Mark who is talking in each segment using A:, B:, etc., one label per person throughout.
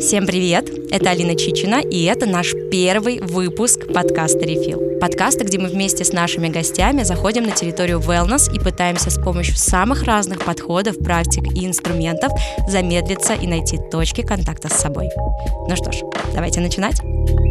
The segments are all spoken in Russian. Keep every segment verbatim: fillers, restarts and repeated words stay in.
A: Всем привет! Это Алина Чичина, и это наш первый выпуск подкаста «Рефил». Подкаста, где мы вместе с нашими гостями заходим на территорию wellness и пытаемся с помощью самых разных подходов, практик и инструментов замедлиться и найти точки контакта с собой. Ну что ж, давайте начинать.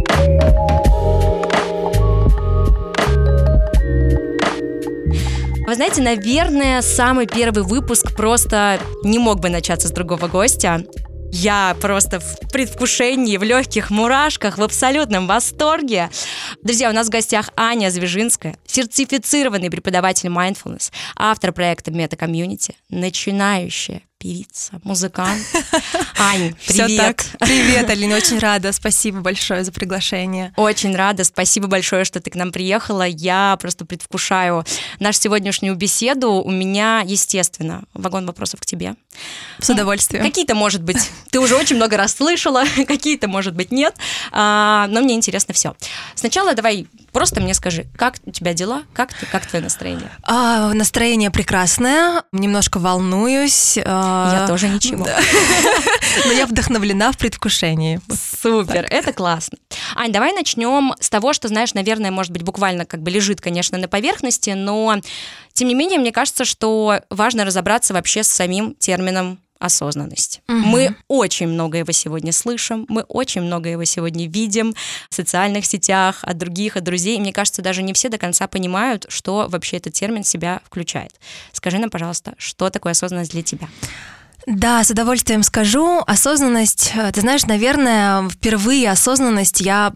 A: Вы знаете, наверное, самый первый выпуск просто не мог бы начаться с другого гостя. Я просто в предвкушении, в легких мурашках, в абсолютном восторге. Друзья, у нас в гостях Аня Звежинская, сертифицированный преподаватель mindfulness, автор проекта Мета-комьюнити, начинающая певица, музыкант. Ань, привет.
B: Все так. Привет, Алина, очень рада. Спасибо большое за приглашение.
A: Очень рада. Спасибо большое, что ты к нам приехала. Я просто предвкушаю нашу сегодняшнюю беседу. У меня, естественно, вагон вопросов к тебе.
B: С удовольствием.
A: Какие-то, может быть, ты уже очень много раз слышала, какие-то, может быть, нет. А, но мне интересно все. Сначала давай просто мне скажи, как у тебя дела, как ты, как твое настроение?
B: А, настроение прекрасное, немножко волнуюсь.
A: Я тоже ничего.
B: Но я вдохновлена в предвкушении.
A: Супер, это классно. Ань, давай начнем с того, что, знаешь, наверное, может быть, буквально как бы лежит, конечно, на поверхности, но, тем не менее, мне кажется, что важно разобраться вообще с самим термином осознанность. Угу. Мы очень много его сегодня слышим, мы очень много его сегодня видим в социальных сетях, от других, от друзей. И мне кажется, даже не все до конца понимают, что вообще этот термин в себя включает. Скажи нам, пожалуйста, что такое осознанность для тебя?
B: Да, с удовольствием скажу. Осознанность, ты знаешь, наверное, впервые осознанность я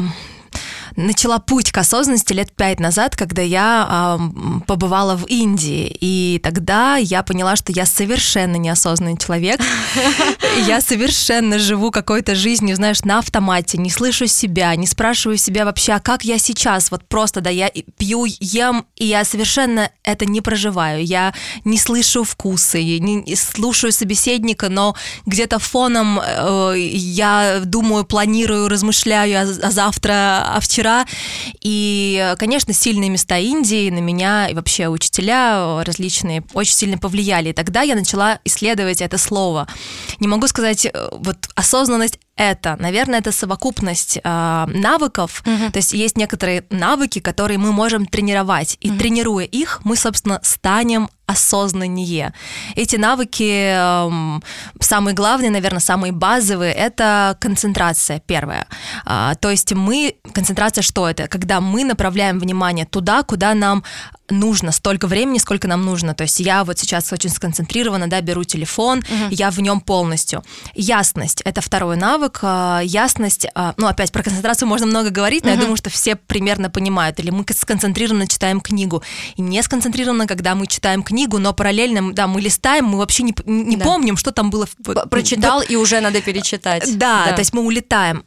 B: начала путь к осознанности лет пять назад, когда я э, побывала в Индии, и тогда я поняла, что я совершенно неосознанный человек, я совершенно живу какой-то жизнью, знаешь, на автомате, не слышу себя, не спрашиваю себя вообще, а как я сейчас, вот просто, да, я пью, ем, и я совершенно это не проживаю, я не слышу вкусы, не слушаю собеседника, но где-то фоном э, я думаю, планирую, размышляю о, о завтра, о вчера. И, конечно, сильные места Индии на меня и вообще учителя различные очень сильно повлияли. И тогда я начала исследовать это слово. Не могу сказать, вот осознанность это, наверное, это совокупность э, навыков, uh-huh. то есть есть некоторые навыки, которые мы можем тренировать, и uh-huh. тренируя их, мы, собственно, станем осознаннее. Эти навыки, э, самые главные, наверное, самые базовые, это концентрация, первая. Э, то есть мы, концентрация что это? Когда мы направляем внимание туда, куда нам нужно, столько времени, сколько нам нужно. То есть я вот сейчас очень сконцентрирована, да, беру телефон, uh-huh. я в нем полностью. Ясность — это второй навык. Ясность, ну, опять, про концентрацию можно много говорить, но uh-huh. я думаю, что все примерно понимают. Или мы сконцентрированно читаем книгу. И не сконцентрированно, когда мы читаем книгу, но параллельно, да, мы листаем, мы вообще не, не да. помним, что там было.
A: Прочитал, и уже надо перечитать.
B: Да, да. То есть мы улетаем.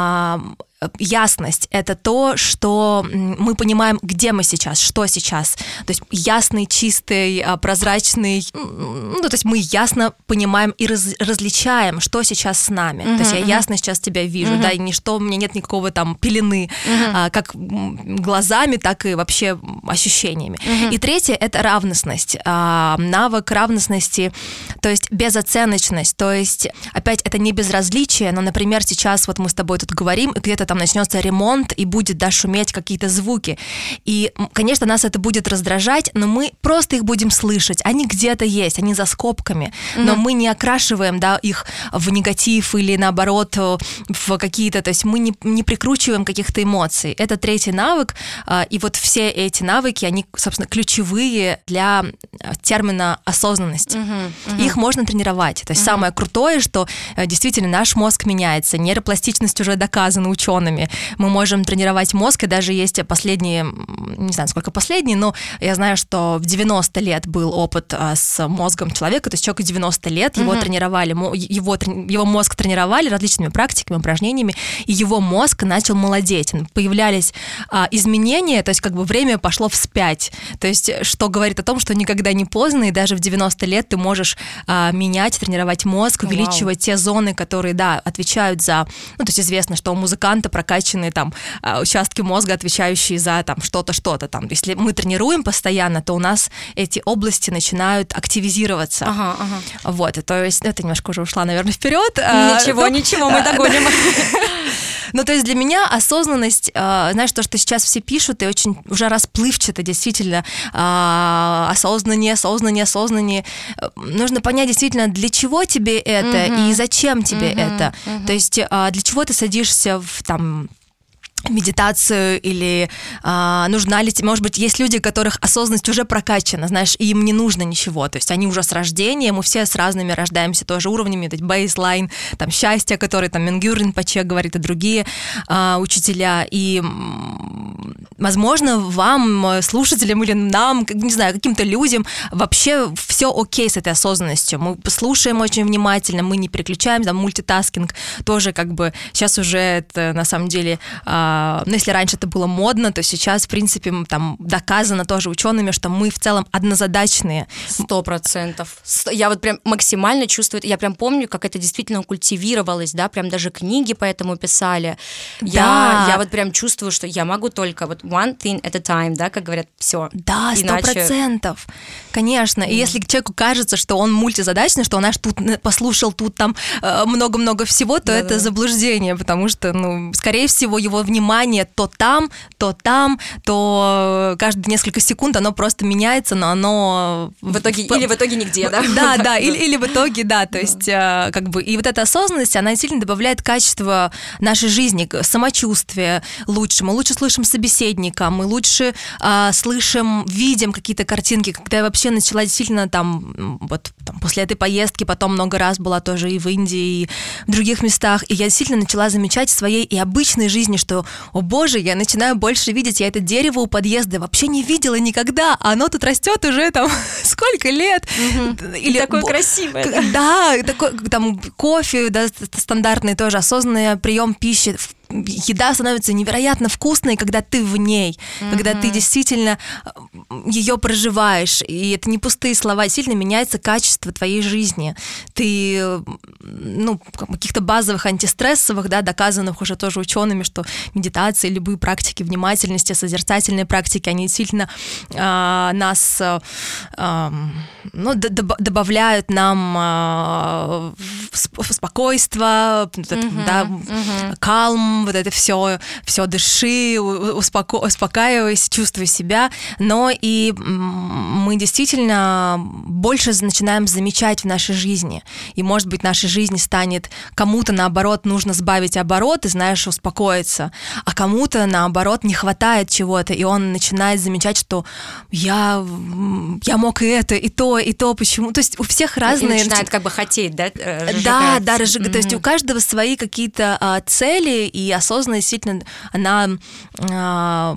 B: Ясность — это то, что мы понимаем, где мы сейчас, что сейчас. То есть ясный, чистый, прозрачный. Ну, то есть мы ясно понимаем и раз, различаем, что сейчас с нами. Uh-huh, то есть я uh-huh. ясно сейчас тебя вижу, uh-huh. да, и ничто, у меня нет никакого там пелены, uh-huh. а, как глазами, так и вообще ощущениями. Uh-huh. И третье — это равностность. А, навык равностности, то есть безоценочность. То есть, опять, это не безразличие, но, например, сейчас вот мы с тобой тут говорим, и где-то там начнется ремонт, и будет, да, шуметь какие-то звуки. И, конечно, нас это будет раздражать, но мы просто их будем слышать. Они где-то есть, они за скобками, mm-hmm. но мы не окрашиваем, да, их в негатив или, наоборот, в какие-то... То есть мы не, не прикручиваем каких-то эмоций. Это третий навык, и вот все эти навыки, они, собственно, ключевые для термина осознанность. Mm-hmm. Mm-hmm. Их можно тренировать. То есть mm-hmm. самое крутое, что действительно наш мозг меняется. Нейропластичность уже доказана учеными. Мы можем тренировать мозг, и даже есть последние, не знаю, сколько последние, но я знаю, что в девяносто лет был опыт с мозгом человека, то есть человеку девяносто лет, его mm-hmm. тренировали, его, его мозг тренировали различными практиками, упражнениями, и его мозг начал молодеть. Появлялись а, изменения, то есть как бы время пошло вспять, то есть что говорит о том, что никогда не поздно, и даже в девяносто лет ты можешь а, менять, тренировать мозг, увеличивать wow. те зоны, которые, да, отвечают за... Ну, то есть известно, что у музыканта прокачанные там участки мозга, отвечающие за там что-то, что-то там. Если мы тренируем постоянно, то у нас эти области начинают активизироваться.
A: Ага, ага.
B: Вот, то есть это немножко уже ушла, наверное, вперед.
A: Ничего, но... ничего, мы догоним.
B: Ну, то есть для меня осознанность, знаешь, то, что сейчас все пишут, и очень уже расплывчато, действительно, осознаннее, осознаннее, осознаннее. Нужно понять действительно, для чего тебе это uh-huh. и зачем тебе uh-huh. это. Uh-huh. То есть для чего ты садишься в там... медитацию, или а, нужна ли тебе, может быть, есть люди, у которых осознанность уже прокачана, знаешь, и им не нужно ничего, то есть они уже с рождения, мы все с разными рождаемся тоже уровнями, то есть бейслайн, там, счастье, который там Менгюр Ринпоче говорит, и другие а, учителя, и, возможно, вам, слушателям или нам, не знаю, каким-то людям вообще все окей с этой осознанностью, мы слушаем очень внимательно, мы не переключаем, там, мультитаскинг тоже как бы, сейчас уже это, на самом деле, ну, если раньше это было модно, то сейчас, в принципе, там доказано тоже учеными, что мы в целом однозадачные.
A: Сто процентов. Я вот прям максимально чувствую, я прям помню, как это действительно культивировалось, да, прям даже книги по этому писали.
B: Да.
A: Я, я вот прям чувствую, что я могу только вот one thing at a time, да, как говорят, все.
B: Да, сто процентов. Конечно. И если человеку кажется, что он мультизадачный, что он аж тут послушал, тут там много-много всего, то да, это да. заблуждение, потому что, ну, скорее всего, его внимание то там, то там, то каждые несколько секунд оно просто меняется, но оно...
A: В итоге, в... Или в итоге нигде, да?
B: Да, да, или, или в итоге, да, то есть как бы... И вот эта осознанность, она сильно добавляет качество нашей жизни, самочувствия лучше, мы лучше слышим собеседника, мы лучше а, слышим, видим какие-то картинки. Когда я вообще начала действительно там, вот там, после этой поездки, потом много раз была тоже и в Индии, и в других местах, и я действительно начала замечать в своей и обычной жизни, что о боже, я начинаю больше видеть, я это дерево у подъезда вообще не видела никогда, а оно тут растет уже там сколько лет.
A: Угу. Или такое красивое.
B: Да, да такой там кофе, да, стандартный тоже, осознанный прием пищи. Еда становится невероятно вкусной, когда ты в ней, mm-hmm. когда ты действительно ее проживаешь, и это не пустые слова, сильно меняется качество твоей жизни. Ты, ну, каких-то базовых антистрессовых, да, доказанных уже тоже учеными, что медитация, любые практики внимательности, созерцательные практики, они действительно э, нас, э, э, ну, д- добавляют нам э, спокойствие, mm-hmm. да, mm-hmm. calm, вот это все, все дыши, успоко- успокаивайся, чувствуй себя, но и мы действительно больше начинаем замечать в нашей жизни, и, может быть, в нашей жизни станет кому-то, наоборот, нужно сбавить обороты, знаешь, успокоиться, а кому-то, наоборот, не хватает чего-то, и он начинает замечать, что я, я мог и это, и то, и то, почему, то есть у всех разные...
A: И начинает как бы хотеть, да, разжигать.
B: Да, да, разжигать, mm-hmm. то есть у каждого свои какие-то а, цели, и осознанность действительно, она... А,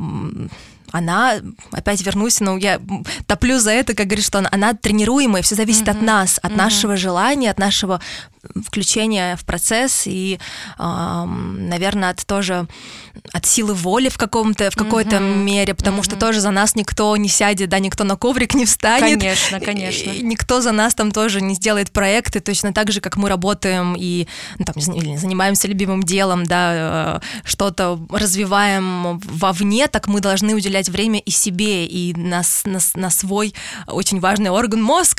B: она, опять вернусь, ну, я топлю за это, как говорит, что она, она тренируемая, все зависит mm-hmm. от нас, от mm-hmm. нашего желания, от нашего включения в процесс и, э, наверное, от тоже от силы воли в каком-то, в какой-то mm-hmm. мере, потому mm-hmm. что тоже за нас никто не сядет, да, никто на коврик не встанет.
A: Конечно, конечно.
B: И никто за нас там тоже не сделает проекты, точно так же, как мы работаем и ну, там, занимаемся любимым делом, да, что-то развиваем вовне, так мы должны уделять время и себе, и на, на, на свой очень важный орган мозг.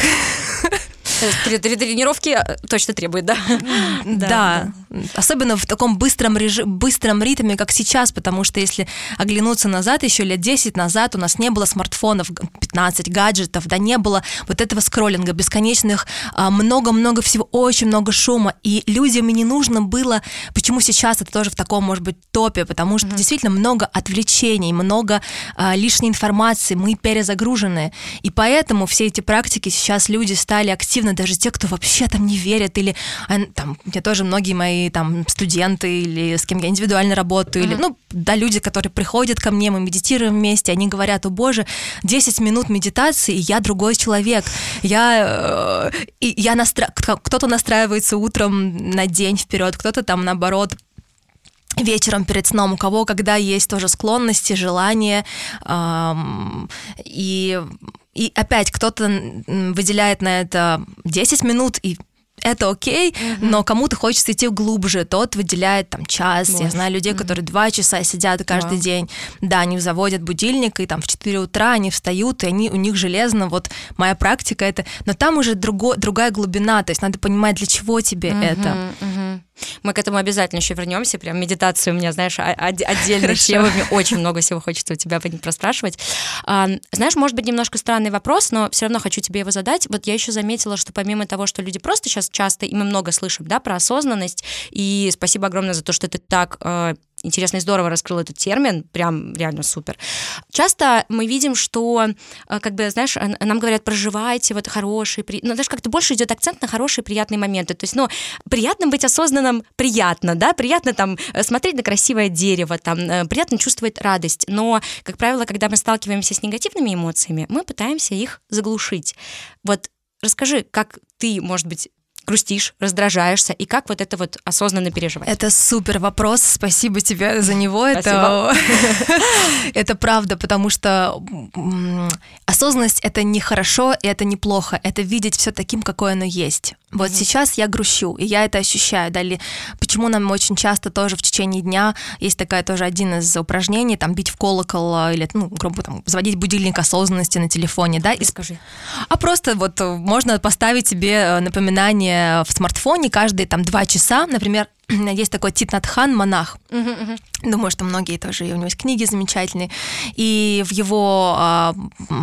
A: Тренировки точно требует, да?
B: Да, да. Особенно в таком быстром, режим, быстром ритме, как сейчас, потому что если оглянуться назад, еще лет десять назад у нас не было смартфонов, пятнадцать гаджетов, да, не было вот этого скроллинга, бесконечных, много-много всего, очень много шума, и людям не нужно было, почему сейчас это тоже в таком, может быть, топе, потому что mm-hmm. действительно много отвлечений, много а, лишней информации, мы перезагружены, и поэтому все эти практики сейчас люди стали активно, даже те, кто вообще там не верят, или там, мне тоже многие мои там студенты, или с кем я индивидуально работаю, mm-hmm. или, ну, да, люди, которые приходят ко мне, мы медитируем вместе, они говорят: о боже, десять минут медитации, и я другой человек, я, э, и я настра... кто-то настраивается утром на день вперед, кто-то там, наоборот, вечером перед сном, у кого когда есть тоже склонности, желания, эм, и, и опять кто-то выделяет на это десять минут, и это окей, mm-hmm. но кому-то хочется идти глубже, тот выделяет там час. Ой. Я знаю людей, mm-hmm. которые два часа сидят каждый wow. день. Да, они заводят будильник, и там в четыре утра они встают, и они, у них железно, вот моя практика это, но там уже друго, другая глубина, то есть надо понимать, для чего тебе mm-hmm. это.
A: Mm-hmm. Мы к этому обязательно еще вернемся, прям медитацию у меня, знаешь, отдельная тема, мне очень много всего хочется у тебя проспрашивать. Знаешь, может быть, немножко странный вопрос, но все равно хочу тебе его задать. Вот я еще заметила, что помимо того, что люди просто сейчас часто, и мы много слышим, да, про осознанность, и спасибо огромное за то, что ты так интересно и здорово раскрыл этот термин, прям реально супер. Часто мы видим, что, как бы, знаешь, нам говорят, проживайте вот хорошие, при... ну, даже как-то больше идет акцент на хорошие, приятные моменты. То есть, ну, приятно быть осознанным, приятно, да, приятно там смотреть на красивое дерево, там, приятно чувствовать радость, но, как правило, когда мы сталкиваемся с негативными эмоциями, мы пытаемся их заглушить. Вот расскажи, как ты, может быть, грустишь, раздражаешься, и как вот это вот осознанно переживать?
B: Это супер вопрос, спасибо тебе за него. Это, это правда, потому что осознанность — это не хорошо, и это не плохо, это видеть все таким, какое оно есть. Вот mm-hmm. сейчас я грущу, и я это ощущаю. Далее, почему нам очень часто тоже в течение дня есть такая тоже один из упражнений, там, бить в колокол или, ну, грубо там, заводить будильник осознанности на телефоне, да? И
A: скажи.
B: А просто вот можно поставить себе напоминание в смартфоне каждые там два часа, например, у меня есть такой Тит Нат Хан, монах. Uh-huh, uh-huh. Думаю, что многие тоже, и у него есть книги замечательные. И в его а,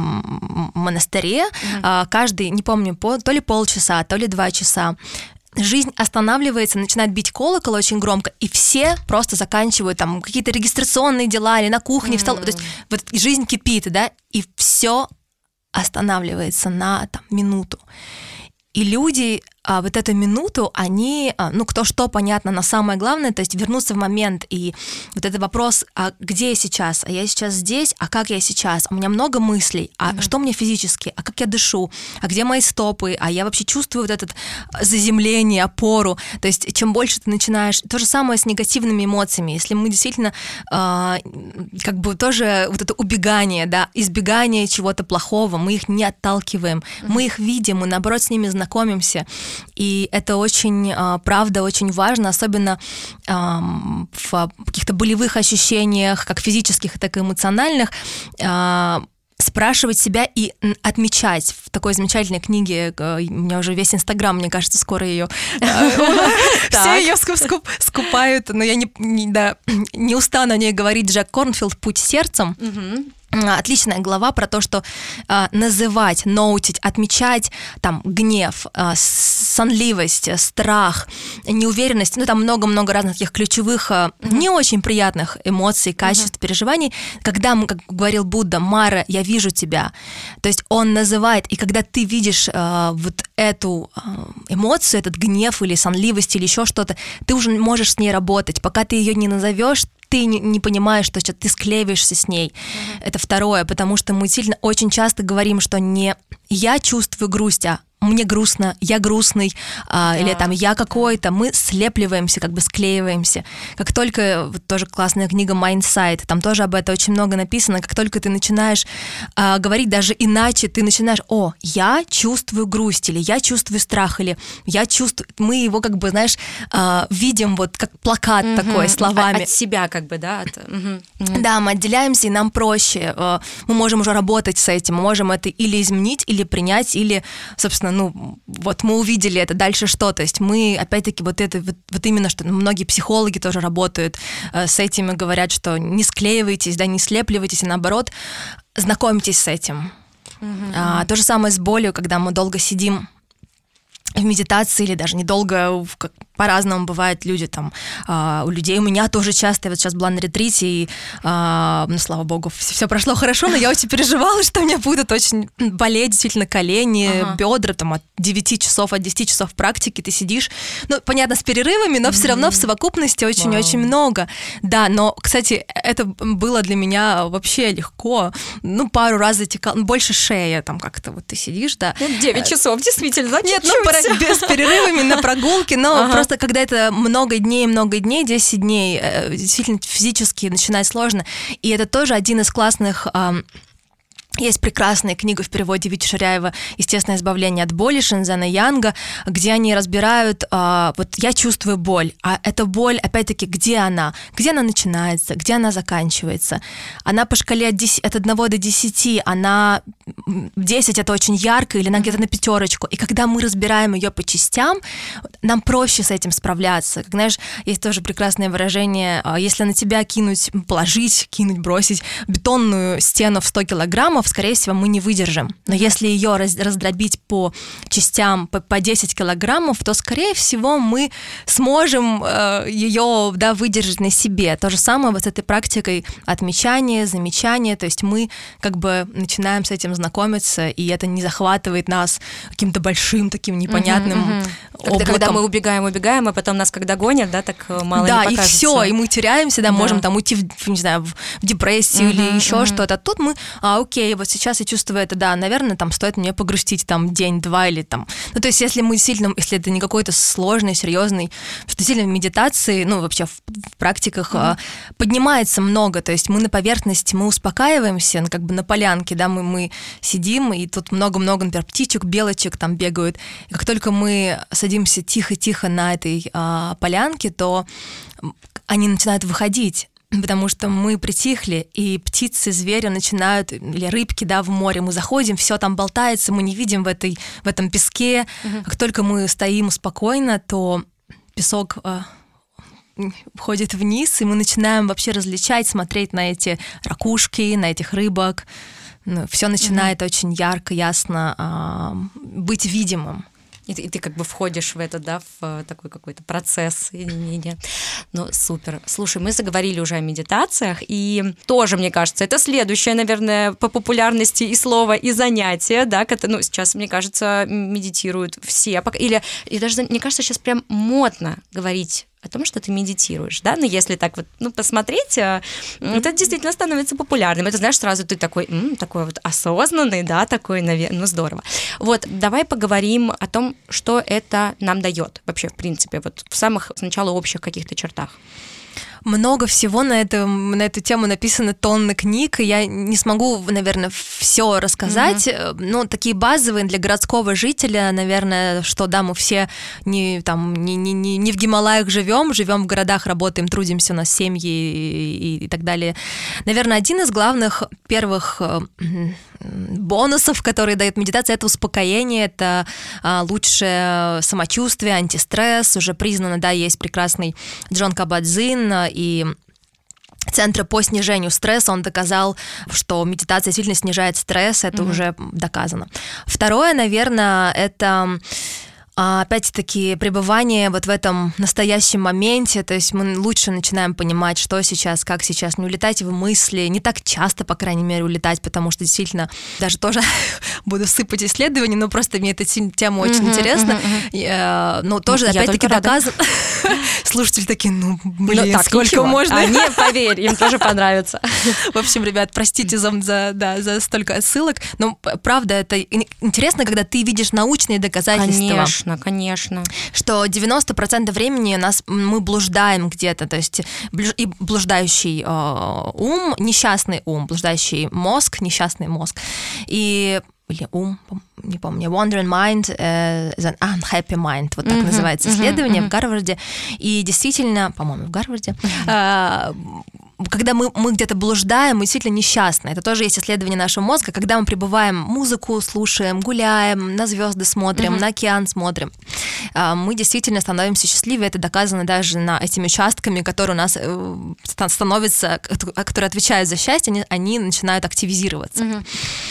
B: монастыре uh-huh. а, каждый, не помню, по, то ли полчаса, то ли два часа, жизнь останавливается, начинает бить колокол очень громко, и все просто заканчивают там какие-то регистрационные дела или на кухне, mm-hmm. в стол. То есть вот жизнь кипит, да, и все останавливается на там, минуту. И люди а, вот эту минуту, они, а, ну, кто что, понятно, но самое главное, то есть вернуться в момент, и вот этот вопрос, а где я сейчас, а я сейчас здесь, а как я сейчас, у меня много мыслей, а mm-hmm. что мне физически, а как я дышу, а где мои стопы, а я вообще чувствую вот это заземление, опору, то есть чем больше ты начинаешь, то же самое с негативными эмоциями, если мы действительно а, как бы тоже вот это убегание, да, избегание чего-то плохого, мы их не отталкиваем, mm-hmm. мы их видим, мы наоборот с ними знакомимся. И это очень, правда, очень важно, особенно в каких-то болевых ощущениях, как физических, так и эмоциональных, спрашивать себя и отмечать. В такой замечательной книге, у меня уже весь Инстаграм, мне кажется, скоро ее все ее скупают, но я не устану о ней говорить. Джек Корнфилд «Путь сердцем». Отличная глава про то, что э, называть, ноутить, отмечать там гнев, э, сонливость, страх, неуверенность, ну там много-много разных таких ключевых, э, mm-hmm. не очень приятных эмоций, качеств, mm-hmm. переживаний. Когда, как говорил Будда, «Мара, я вижу тебя», то есть он называет, и когда ты видишь э, вот эту э, эмоцию, этот гнев или сонливость или еще что-то, ты уже можешь с ней работать. Пока ты ее не назовешь, ты не, не понимаешь, что ты склеиваешься с ней. Mm-hmm. Это второе, потому что мы сильно, очень часто говорим, что не я чувствую грусть, а мне грустно, я грустный, а, да, или там я какой-то, мы слепливаемся, как бы склеиваемся. Как только, вот тоже классная книга «Mindsight», там тоже об этом очень много написано, как только ты начинаешь а, говорить даже иначе, ты начинаешь, о, я чувствую грусть, или я чувствую страх, или я чувствую, мы его как бы, знаешь, а, видим вот как плакат угу. такой, словами.
A: От себя как бы, да? От... Угу.
B: Да, мы отделяемся, и нам проще. Мы можем уже работать с этим, мы можем это или изменить, или принять, или, собственно, ну, вот мы увидели это, дальше что? То есть мы, опять-таки, вот это, вот, вот именно, что многие психологи тоже работают э, с этим и говорят, что не склеивайтесь, да, не слепливайтесь, а наоборот, знакомьтесь с этим. Mm-hmm. А, то же самое с болью, когда мы долго сидим в медитации или даже недолго, как, по-разному бывает люди там, э, у людей, у меня тоже часто, я вот сейчас была на ретрите, и, э, ну, слава богу, все, все прошло хорошо, но я очень переживала, что у меня будут очень болеть действительно колени, ага. бедра, там, от девяти часов, от десяти часов практики ты сидишь, ну, понятно, с перерывами, но mm-hmm. все равно в совокупности очень-очень wow. много, да, но, кстати, это было для меня вообще легко, ну, пару раз затекал, ну, больше шея, там, как-то вот ты сидишь, да.
A: девять часов, действительно, да?
B: Нет, ну, без перерывами на прогулке, но ага. просто когда это много дней, много дней, десять дней, действительно физически начинать сложно. И это тоже один из классных Есть прекрасная книга в переводе Вити Ширяева «Естественное избавление от боли» Шензена Янга, где они разбирают, а, вот я чувствую боль, а эта боль, опять-таки, где она? Где она начинается? Где она заканчивается? Она по шкале от, десяти, от одного до десяти, она десять — это очень ярко, или она где-то на пятерочку. И когда мы разбираем ее по частям, нам проще с этим справляться. Как, знаешь, есть тоже прекрасное выражение, если на тебя кинуть, положить, кинуть, бросить бетонную стену в сто килограммов, скорее всего, мы не выдержим. Но если ее раз, раздробить по частям по, по десять килограммов, то, скорее всего, мы сможем э, ее, да, выдержать на себе. То же самое вот с этой практикой отмечания, замечания, то есть мы как бы начинаем с этим знакомиться, и это не захватывает нас каким-то большим таким непонятным uh-huh, uh-huh.
A: облаком. Когда, когда мы убегаем, убегаем, а потом нас когда гонят, да, так мало
B: да,
A: не покажется.
B: Да, и все, и мы теряемся, да, да. можем там уйти в, не знаю, в депрессию uh-huh, или еще uh-huh. что-то. Тут мы, а, окей, вот сейчас я чувствую это, да, наверное, там стоит мне погрустить там день-два или там... Ну, то есть если мы сильно, если это не какой-то сложный, серьезный, что действительно в медитации, ну, вообще в, в практиках mm-hmm. поднимается много, то есть мы на поверхности, мы успокаиваемся, как бы на полянке, да, мы, мы сидим, и тут много-много, например, птичек, белочек там бегают, и как только мы садимся тихо-тихо на этой а, полянке, то они начинают выходить, потому что мы притихли, и птицы, звери начинают, или рыбки, да, в море, мы заходим, все там болтается, мы не видим в, этой, в этом песке. Uh-huh. Как только мы стоим спокойно, то песок э, входит вниз, и мы начинаем вообще различать, смотреть на эти ракушки, на этих рыбок. Ну, все начинает uh-huh. очень ярко, ясно э, быть видимым.
A: И ты, и ты как бы входишь в это, да, в такой какой-то процесс единения. Ну, супер. Слушай, мы заговорили уже о медитациях, и тоже, мне кажется, это следующее, наверное, по популярности и слово, и занятие, да, это, ну, сейчас, мне кажется, медитируют все, или, и даже, мне кажется, сейчас прям модно говорить о том, что ты медитируешь, да, но если так вот, ну, посмотреть, это действительно становится популярным, это, знаешь, сразу ты такой, м, такой вот осознанный, да, такой, наверное, ну, здорово. Вот, давай поговорим о том, что это нам дает вообще, в принципе, вот в самых сначала общих каких-то чертах.
B: Много всего на, это, на эту тему написано, тонны книг, и я не смогу, наверное, все рассказать, mm-hmm. но такие базовые для городского жителя, наверное, что, да, мы все не, там, не, не, не в Гималаях живем, живем в городах, работаем, трудимся, у нас семьи и, и, и так далее. Наверное, один из главных первых бонусов, которые дает медитация, это успокоение, это а, лучшее самочувствие, антистресс, уже признано, да, есть прекрасный Джон Кабат-Зinn и Центры по снижению стресса, он доказал, что медитация действительно снижает стресс, это mm-hmm. уже доказано. Второе, наверное, это... опять-таки, пребывание вот в этом настоящем моменте, то есть мы лучше начинаем понимать, что сейчас, как сейчас, не улетать в мысли, не так часто, по крайней мере, улетать, потому что действительно даже тоже буду сыпать исследования, но просто мне эта тема очень uh-huh, интересна. Uh-huh, uh-huh. Но тоже, Я опять-таки, доказано. Слушатели такие, ну, блин, ну, так, сколько ничего. Можно?
A: А не, поверь, им тоже понравится.
B: В общем, ребят, простите за, за, да, за столько ссылок, но правда, это интересно, когда ты видишь научные доказательства.
A: Конечно. Конечно.
B: Что девяносто процентов времени у нас мы блуждаем где-то, то есть и блуждающий э, ум, несчастный ум, блуждающий мозг, несчастный мозг, и или ум, не помню, wandering mind uh, is an unhappy mind, вот так uh-huh, называется исследование uh-huh, uh-huh. в Гарварде, и действительно, по-моему, в Гарварде, uh-huh. э, когда мы, мы где-то блуждаем, мы действительно несчастны. Это тоже есть исследование нашего мозга, когда мы пребываем, музыку слушаем, гуляем, на звезды смотрим, mm-hmm. на океан смотрим. Мы действительно становимся счастливее. Это доказано даже на этими участками, которые у нас становятся, которые отвечают за счастье, они, они начинают активизироваться. Mm-hmm.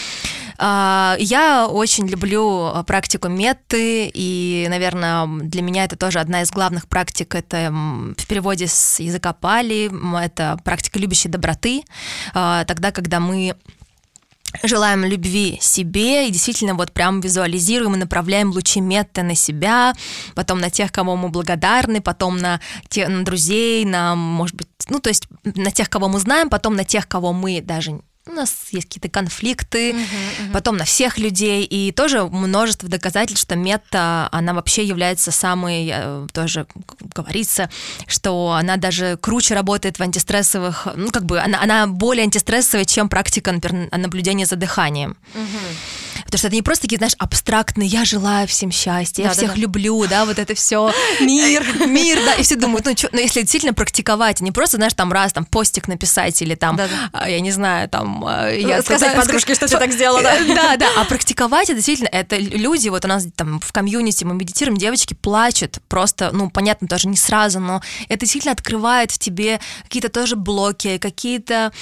B: Я очень люблю практику метты, и, наверное, для меня это тоже одна из главных практик. Это в переводе с языка пали, это практика любящей доброты. Тогда, когда мы желаем любви себе и действительно вот прям визуализируем и направляем лучи метты на себя, потом на тех, кому мы благодарны, потом на, те, на друзей, на, может быть, ну, то есть на тех, кого мы знаем, потом на тех, кого мы даже у нас есть какие-то конфликты,
A: uh-huh, uh-huh.
B: потом на всех людей, и тоже множество доказательств, что мета, она вообще является самой, тоже говорится, что она даже круче работает в антистрессовых, ну, как бы, она, она более антистрессовая, чем практика, например, наблюдения за дыханием. Uh-huh. Потому что это не просто такие, знаешь, абстрактные, я желаю всем счастья, да, я да, всех да. люблю, да, вот это все мир, мир, да, и все думают, ну, чё, ну, если действительно практиковать, не просто, знаешь, там раз, там, постик написать или там, да, да. я не знаю, там, я
A: сказать подружке, что ты так сделала,
B: да? Да, да, а практиковать это действительно, это люди, вот у нас там в комьюнити мы медитируем, девочки плачут, просто, ну, понятно, тоже не сразу, но это действительно открывает в тебе какие-то тоже блоки, какие-то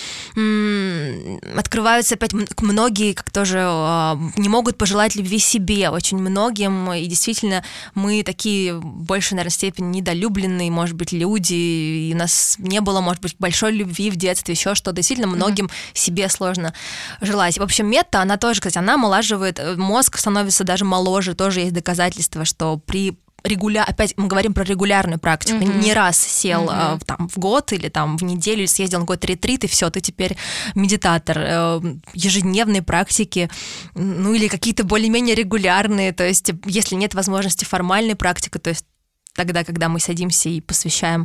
B: м- открываются опять многие, как тоже не могут пожелать любви себе, очень многим, и действительно мы такие в большей, наверное, степени недолюбленные, может быть, люди, и у нас не было, может быть, большой любви в детстве, еще что-то, действительно многим mm-hmm. себе сложно желать. В общем, мета, она тоже, кстати, она омолаживает, мозг становится даже моложе, тоже есть доказательства, что при регуля... опять мы говорим про регулярную практику, mm-hmm. не раз сел mm-hmm. там в год или там в неделю, или съездил на какой-то ретрит, и все, ты теперь медитатор. Ежедневные практики, ну или какие-то более-менее регулярные, то есть если нет возможности формальной практики, то есть тогда, когда мы садимся и посвящаем,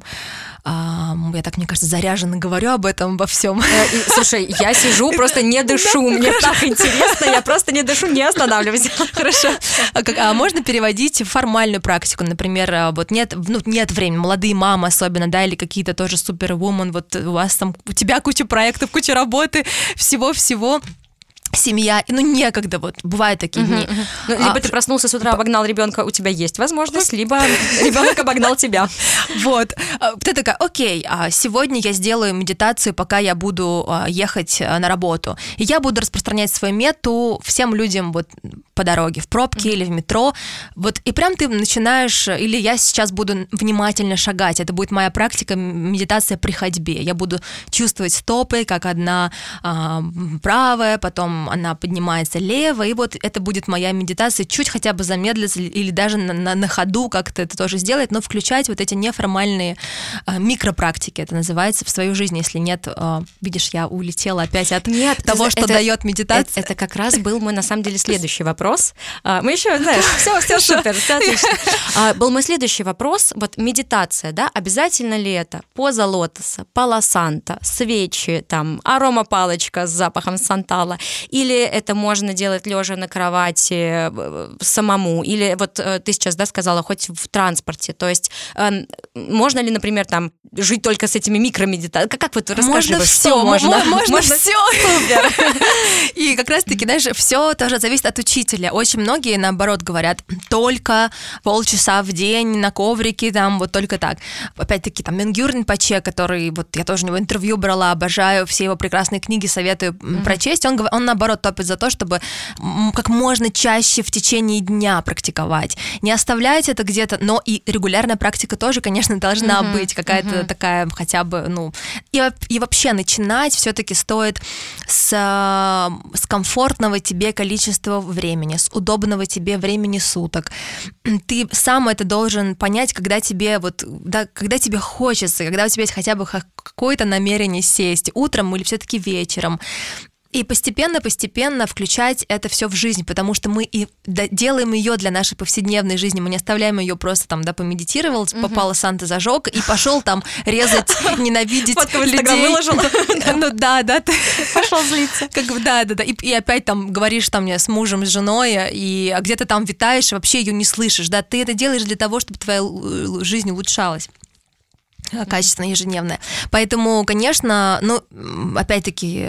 B: а, я так, мне кажется, заряженно говорю об этом, обо всем.
A: Слушай, я сижу, просто не дышу, мне так интересно, я просто не дышу, не останавливаюсь.
B: Хорошо. А можно переводить в формальную практику, например, вот нет, ну, нет времени, молодые мамы особенно, да, или какие-то тоже супервумен, вот у вас там, у тебя куча проектов, куча работы, всего-всего. Семья, ну некогда, вот бывают такие дни. Uh-huh, uh-huh.
A: Ну, либо а, ты проснулся с утра, обогнал ребенка, у тебя есть возможность, либо ребенок обогнал тебя.
B: Вот. Ты такая, окей, сегодня я сделаю медитацию, пока я буду ехать на работу. И я буду распространять свою мету всем людям вот по дороге, в пробке uh-huh. или в метро. Вот, и прям ты начинаешь, или я сейчас буду внимательно шагать, это будет моя практика, медитация при ходьбе. Я буду чувствовать стопы, как одна а, правая, потом она поднимается лево, и вот это будет моя медитация, чуть хотя бы замедлиться или даже на, на, на ходу как-то это тоже сделать, но включать вот эти неформальные а, микропрактики, это называется, в свою жизнь, если нет, а, видишь, я улетела опять от нет, того, что это, дает медитация.
A: Это, это как раз был мой, на самом деле, следующий вопрос. А, мы еще, знаешь, все, все супер, все отлично. А, был мой следующий вопрос, вот медитация, да, обязательно ли это поза лотоса, пало санто, свечи, там, аромапалочка с запахом сантала, или это можно делать лежа на кровати самому, или вот ты сейчас, да, сказала, хоть в транспорте, то есть э, можно ли, например, там, жить только с этими микромедитациями, как, как вот расскажи,
B: можно
A: вот,
B: все,
A: что можно?
B: Можно, можно все, супер. И как раз-таки, знаешь, все тоже зависит от учителя. Очень многие, наоборот, говорят, только полчаса в день на коврике, там, вот только так. Опять-таки, там, Менгюр Ринпоче, который, вот я тоже у него интервью брала, обожаю, все его прекрасные книги советую mm-hmm. прочесть, он, он, наоборот, топит за то, чтобы как можно чаще в течение дня практиковать. Не оставлять это где-то, но и регулярная практика тоже, конечно, должна mm-hmm. быть, какая-то mm-hmm. такая хотя бы, ну... И, и вообще начинать все-таки стоит с, с комфортного тебе количества времени, с удобного тебе времени суток. Ты сам это должен понять, когда тебе вот, да, когда тебе хочется, когда у тебя есть хотя бы какое-то намерение сесть утром или все-таки вечером. И постепенно-постепенно включать это все в жизнь, потому что мы и делаем ее для нашей повседневной жизни, мы не оставляем ее просто там, да, помедитировал, uh-huh. попало Санта зажег и пошел там резать, ненавидеть людей.
A: Выложил.
B: Ну да, да.
A: Пошел злиться.
B: Как бы, да, да, да. И, и опять там говоришь там с мужем, с женой, и где-то там витаешь, вообще ее не слышишь, да. Ты это делаешь для того, чтобы твоя жизнь улучшалась. Качественно, ежедневная. Поэтому, конечно, ну, опять-таки,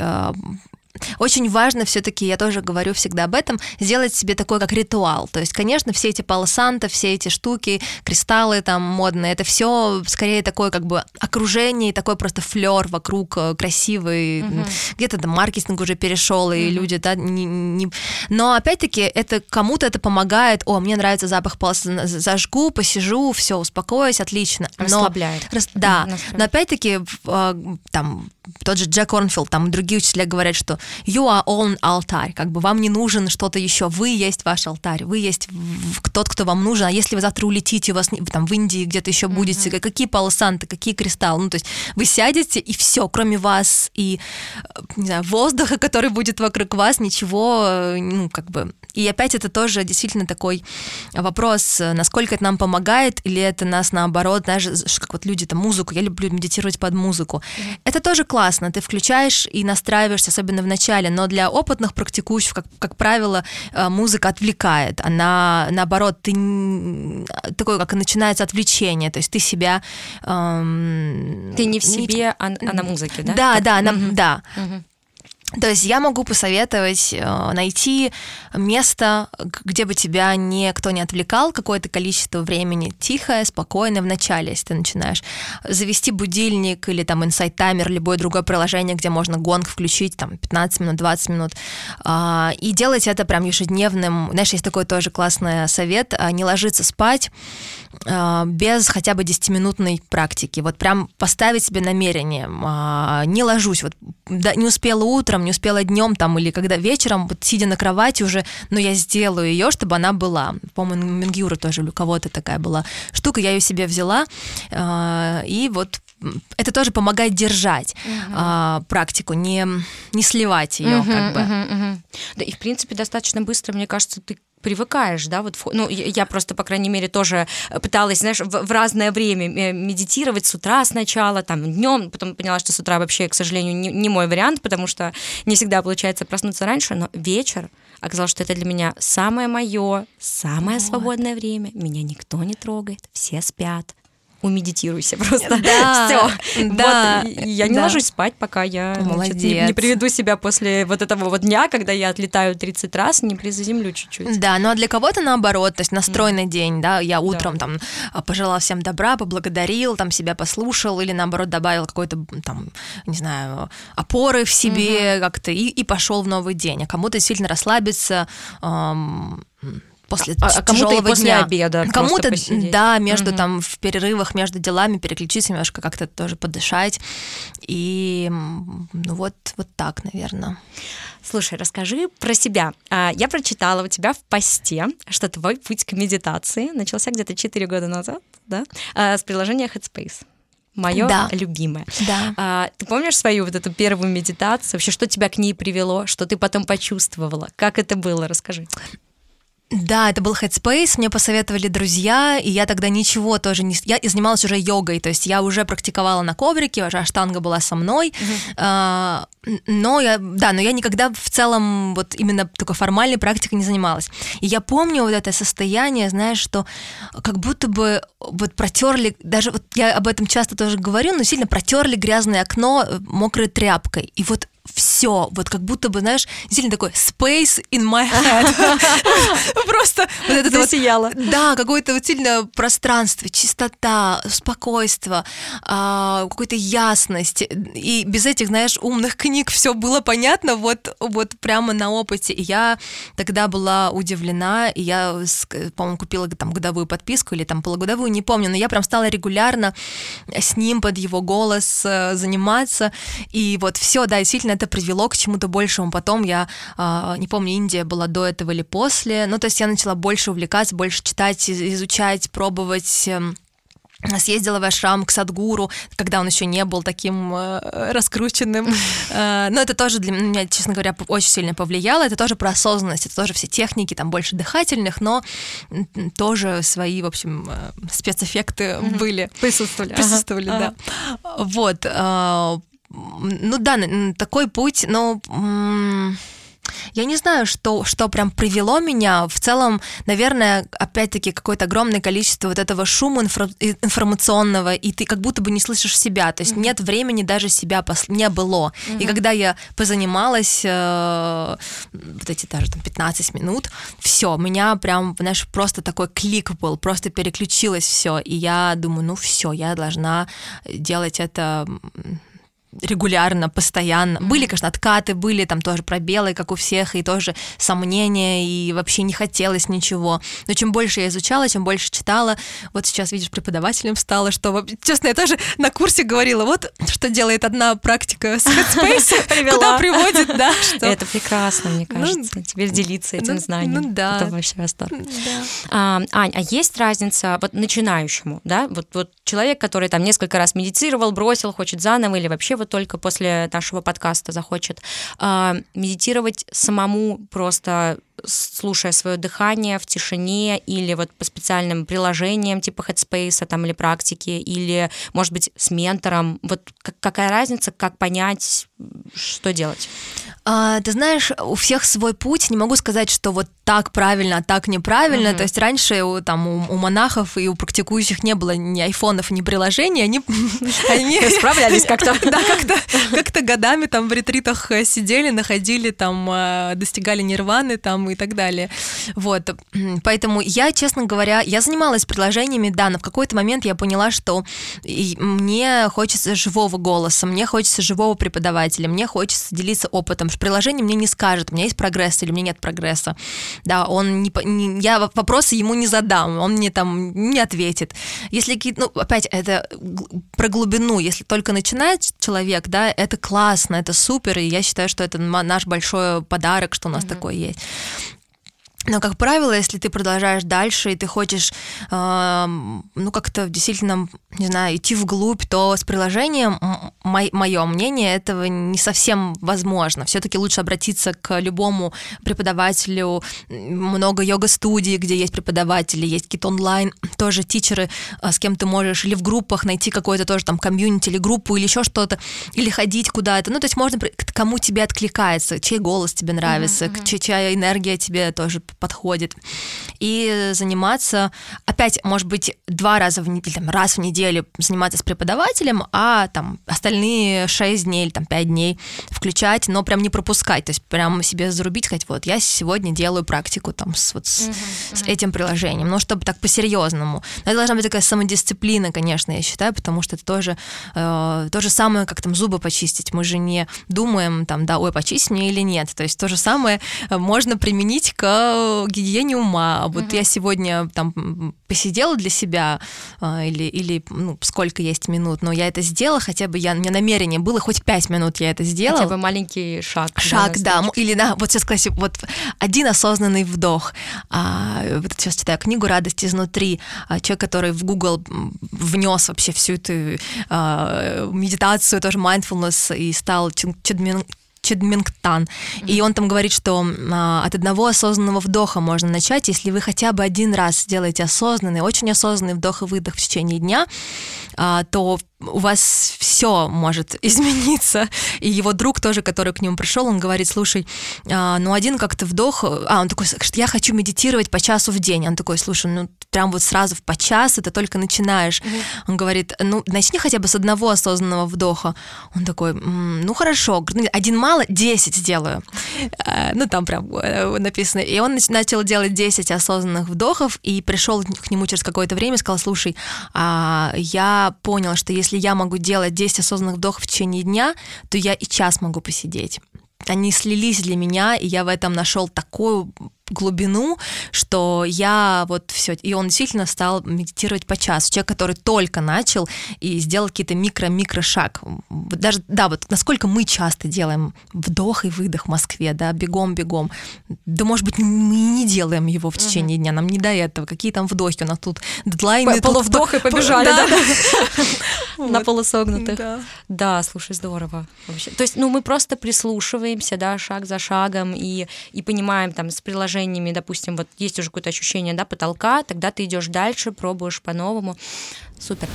B: очень важно все-таки, я тоже говорю всегда об этом, сделать себе такой как ритуал. То есть, конечно, все эти пало санто, все эти штуки, кристаллы там модные, это все скорее такое как бы окружение, такой просто флер вокруг красивый. Uh-huh. Где-то там маркетинг уже перешел, и uh-huh. люди, да, не, не... Но опять-таки это кому-то это помогает. О, мне нравится запах пало санто, зажгу, посижу, все, успокоюсь, отлично.
A: Расслабляет.
B: Но, рас... Да, но опять-таки там тот же Джек Корнфилд, там другие учителя говорят, что you are on алтарь, как бы вам не нужен что-то еще, вы есть ваш алтарь, вы есть тот, кто вам нужен, а если вы завтра улетите, у вас там в Индии где-то еще будете, mm-hmm. какие пало-санты, какие кристаллы, ну, то есть вы сядете, и все, кроме вас и, не знаю, воздуха, который будет вокруг вас, ничего, ну, как бы... И опять это тоже действительно такой вопрос, насколько это нам помогает, или это нас наоборот, знаешь, как вот люди там музыку, я люблю медитировать под музыку. Mm-hmm. Это тоже классно, ты включаешь и настраиваешься, особенно в начале, но для опытных практикующих, как, как правило, музыка отвлекает, она наоборот, ты такое, как и начинается отвлечение, то есть ты себя... Эм,
A: ты не в себе, а, а на музыке, да?
B: Да,
A: как?
B: да, на,
A: mm-hmm.
B: да.
A: Mm-hmm.
B: То есть я могу посоветовать э, найти место, где бы тебя никто не отвлекал, какое-то количество времени, тихое, спокойное в начале, если ты начинаешь. Завести будильник или там инсайт-таймер, любое другое приложение, где можно гонг включить, там, пятнадцать минут, двадцать минут, э, и делать это прям ежедневным. Знаешь, есть такой тоже классный совет, э, не ложиться спать э, без хотя бы десятиминутной практики. Вот прям поставить себе намерение. Э, не ложусь, вот да, не успела утром, не успела днем там или когда вечером, вот сидя на кровати уже, но я сделаю ее, чтобы она была. По-моему, Мингюра тоже у кого-то такая была штука, я ее себе взяла, э, и вот это тоже помогает держать uh-huh. э, практику, не, не сливать ее, uh-huh, как бы.
A: Uh-huh, uh-huh. Да, и в принципе достаточно быстро, мне кажется, ты привыкаешь, да, вот, ну, я просто, по крайней мере, тоже пыталась, знаешь, в, в разное время медитировать с утра сначала, там, днем, потом поняла, что с утра вообще, к сожалению, не, не мой вариант, потому что не всегда получается проснуться раньше, но вечер, оказалось, что это для меня самое мое, самое вот. Свободное время, меня никто не трогает, все спят. Умедитируйся просто.
B: Да,
A: все.
B: Да,
A: вот, я не да. ложусь спать, пока я значит, не, не приведу себя после вот этого вот дня, когда я отлетаю тридцать раз, не приземлю чуть-чуть.
B: Да, ну а для кого-то наоборот, то есть настройный mm. день, да, я утром да. там пожелал всем добра, поблагодарил, там себя послушал, или наоборот добавил какой-то там, не знаю, опоры в себе mm-hmm. как-то и, и пошел в новый день. А кому-то действительно расслабиться, эм, после
A: а,
B: тяжелого
A: а кому-то и после
B: дня.
A: обеда
B: Кому-то,
A: посидеть.
B: да, между
A: угу.
B: там в перерывах, между делами переключиться немножко, как-то тоже подышать. И ну вот, вот так, наверное.
A: Слушай, расскажи про себя. Я прочитала у тебя в посте, что твой путь к медитации начался где-то четыре года назад, да, с приложения Headspace. Мое
B: да.
A: любимое.
B: Да.
A: А, ты помнишь свою вот эту первую медитацию? Вообще, что тебя к ней привело? Что ты потом почувствовала? Как это было? Расскажи.
B: Да, это был Headspace, мне посоветовали друзья, и я тогда ничего тоже не... Я занималась уже йогой, то есть я уже практиковала на коврике, уже аштанга была со мной, uh-huh. а, но я, да, но я никогда в целом вот именно такой формальной практикой не занималась. И я помню вот это состояние, знаешь, что как будто бы вот протерли, даже вот я об этом часто тоже говорю, но сильно протерли грязное окно мокрой тряпкой, и вот все, вот как будто бы, знаешь, сильно такой space in my head. Просто вот это
A: засияло.
B: Да, какое-то вот сильное пространство, чистота, спокойствие, какая-то ясность. И без этих, знаешь, умных книг все было понятно вот, вот прямо на опыте. И я тогда была удивлена, и я, по-моему, купила там годовую подписку или там полугодовую, не помню, но я прям стала регулярно с ним под его голос заниматься. И вот все, да, действительно, это привело к чему-то большему. Потом я, э, не помню, Индия была до этого или после, ну, то есть я начала больше увлекаться, больше читать, изучать, пробовать. Съездила в ашрам к Садгуру, когда он еще не был таким э, раскрученным. Э, но это тоже для меня, честно говоря, очень сильно повлияло. Это тоже про осознанность, это тоже все техники, там больше дыхательных, но тоже свои, в общем, э, спецэффекты mm-hmm. были.
A: Присутствовали.
B: Присутствовали, ага. да. Ага. Вот. Э, ну да, такой путь, но... М- Я не знаю, что, что прям привело меня. В целом, наверное, опять-таки, какое-то огромное количество вот этого шума инфра- информационного, и ты как будто бы не слышишь себя. То есть mm-hmm. нет времени даже себя пос- не было. Mm-hmm. И когда я позанималась э- вот эти даже там пятнадцать минут, все, меня прям, знаешь, просто такой клик был, просто переключилось все. И я думаю, ну все, я должна делать это... регулярно, постоянно. Mm-hmm. Были, конечно, откаты, были там тоже пробелы, как у всех, и тоже сомнения, и вообще не хотелось ничего. Но чем больше я изучала, чем больше читала, вот сейчас, видишь, преподавателем стала, что, честно, я тоже на курсе говорила, вот что делает одна практика с Headspace, куда приводит, да.
A: Это прекрасно, мне кажется, теперь делиться этим знанием.
B: Ну да.
A: Это вообще восторг. Ань, а есть разница вот начинающему, да, вот, вот человек, который там несколько раз медитировал, бросил, хочет заново, или вообще вот только после нашего подкаста захочет медитировать самому, просто слушая свое дыхание в тишине, или вот по специальным приложениям типа Headspace там, или практики, или, может быть, с ментором. Вот какая разница, как понять, что делать?
B: А, ты знаешь, у всех свой путь. Не могу сказать, что вот так правильно, а так неправильно. Mm-hmm. То есть раньше у, там, у, у монахов и у практикующих не было ни айфонов, ни приложений. Они, они...
A: справлялись как-то.
B: Да, как-то, как-то годами там в ретритах сидели, находили, там, достигали нирваны там, и так далее. Вот. Поэтому я, честно говоря, я занималась приложениями, да, но в какой-то момент я поняла, что мне хочется живого голоса, мне хочется живого преподавателя, мне хочется делиться опытом. Приложение мне не скажет, у меня есть прогресс или у меня нет прогресса. Да, он не, не, я вопросы ему не задам, он мне там не ответит. Если какие-то, ну, опять, это про глубину, если только начинает человек, да, это классно, это супер, и я считаю, что это наш большой подарок, что у нас mm-hmm. такое есть. Но, как правило, если ты продолжаешь дальше, и ты хочешь, э, ну, как-то действительно, не знаю, идти вглубь, то с приложением, мо- мое мнение, этого не совсем возможно. Все-таки лучше обратиться к любому преподавателю. Много йога-студий, где есть преподаватели, есть какие-то онлайн, тоже тичеры, с кем ты можешь, или в группах найти какой-то тоже там комьюнити, или группу, или еще что-то, или ходить куда-то. Ну, то есть можно, кому тебе откликается, чей голос тебе нравится, mm-hmm. чья, чья энергия тебе тоже подходит. И заниматься, опять, может быть, два раза в неделю, там, раз в неделю заниматься с преподавателем, а там остальные шесть дней или там пять дней включать, но прям не пропускать, то есть прям себе зарубить, сказать, вот, я сегодня делаю практику там с, вот, с, uh-huh, с uh-huh. этим приложением, ну, чтобы так по-серьезному. Но это должна быть такая самодисциплина, конечно, я считаю, потому что это тоже э, то же самое, как там зубы почистить. Мы же не думаем, там, да, ой, почистить мне или нет. То есть то же самое можно применить к гигиене ума. Вот uh-huh. я сегодня там посидела для себя э, или, или ну, сколько есть минут, но я это сделала, хотя бы я, у меня намерение было, хоть пять минут я это сделала.
A: Хотя бы маленький шаг.
B: Шаг, да. да. Или, да, вот сейчас, кстати, вот один осознанный вдох. А, вот сейчас читаю книгу «Радость изнутри». А, человек, который в Google внес вообще всю эту а, медитацию, тоже mindfulness, и стал Чедмин Чедмингтан. Mm-hmm. И он там говорит, что а, от одного осознанного вдоха можно начать, если вы хотя бы один раз сделаете осознанный, очень осознанный вдох и выдох в течение дня, а, то у вас все может измениться. И его друг тоже, который к нему пришел, он говорит, слушай, а, ну один как-то вдох, а он такой, что я хочу медитировать по часу в день. Он такой, слушай, ну прям вот сразу по часу ты только начинаешь. Mm-hmm. Он говорит, ну начни хотя бы с одного осознанного вдоха. Он такой, ну хорошо, один мало, десять сделаю. А, ну там прям написано. И он начал делать десять осознанных вдохов и пришел к нему через какое-то время и сказал, слушай, а, я понял, что если я могу делать десять осознанных вдохов в течение дня, то я и час могу посидеть. Они слились для меня, и я в этом нашел такую глубину, что я вот все, и он действительно стал медитировать по часу. Человек, который только начал и сделал какие-то микро-микро шаг. Даже, да, вот насколько мы часто делаем вдох и выдох в Москве, да, бегом-бегом. Да, может быть, мы не делаем его в течение uh-huh. дня, нам не до этого. Какие там вдохи у нас тут, дедлайны.
A: Полувдох и побежали, да? На полусогнутых.
B: Да.
A: Да, слушай, здорово. Вообще. То есть, ну, мы просто прислушиваемся, да, шаг за шагом и, и понимаем там с приложениями, допустим, вот есть уже какое-то ощущение, да, потолка, тогда ты идешь дальше, пробуешь по-новому. Супер.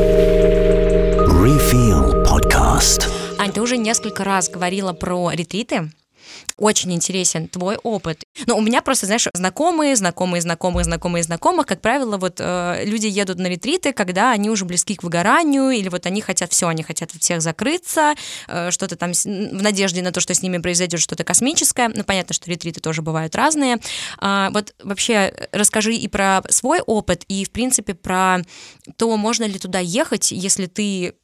C: Refill podcast.
A: Ань, ты уже несколько раз говорила про ретриты. Очень интересен твой опыт. Но у меня просто, знаешь, знакомые, знакомые, знакомые, знакомые, знакомых, как правило, вот э, люди едут на ретриты, когда они уже близки к выгоранию, или вот они хотят все, они хотят от всех закрыться, э, что-то там с, в надежде на то, что с ними произойдет что-то космическое. Ну, понятно, что ретриты тоже бывают разные. А, вот вообще расскажи и про свой опыт, и, в принципе, про то, можно ли туда ехать, если ты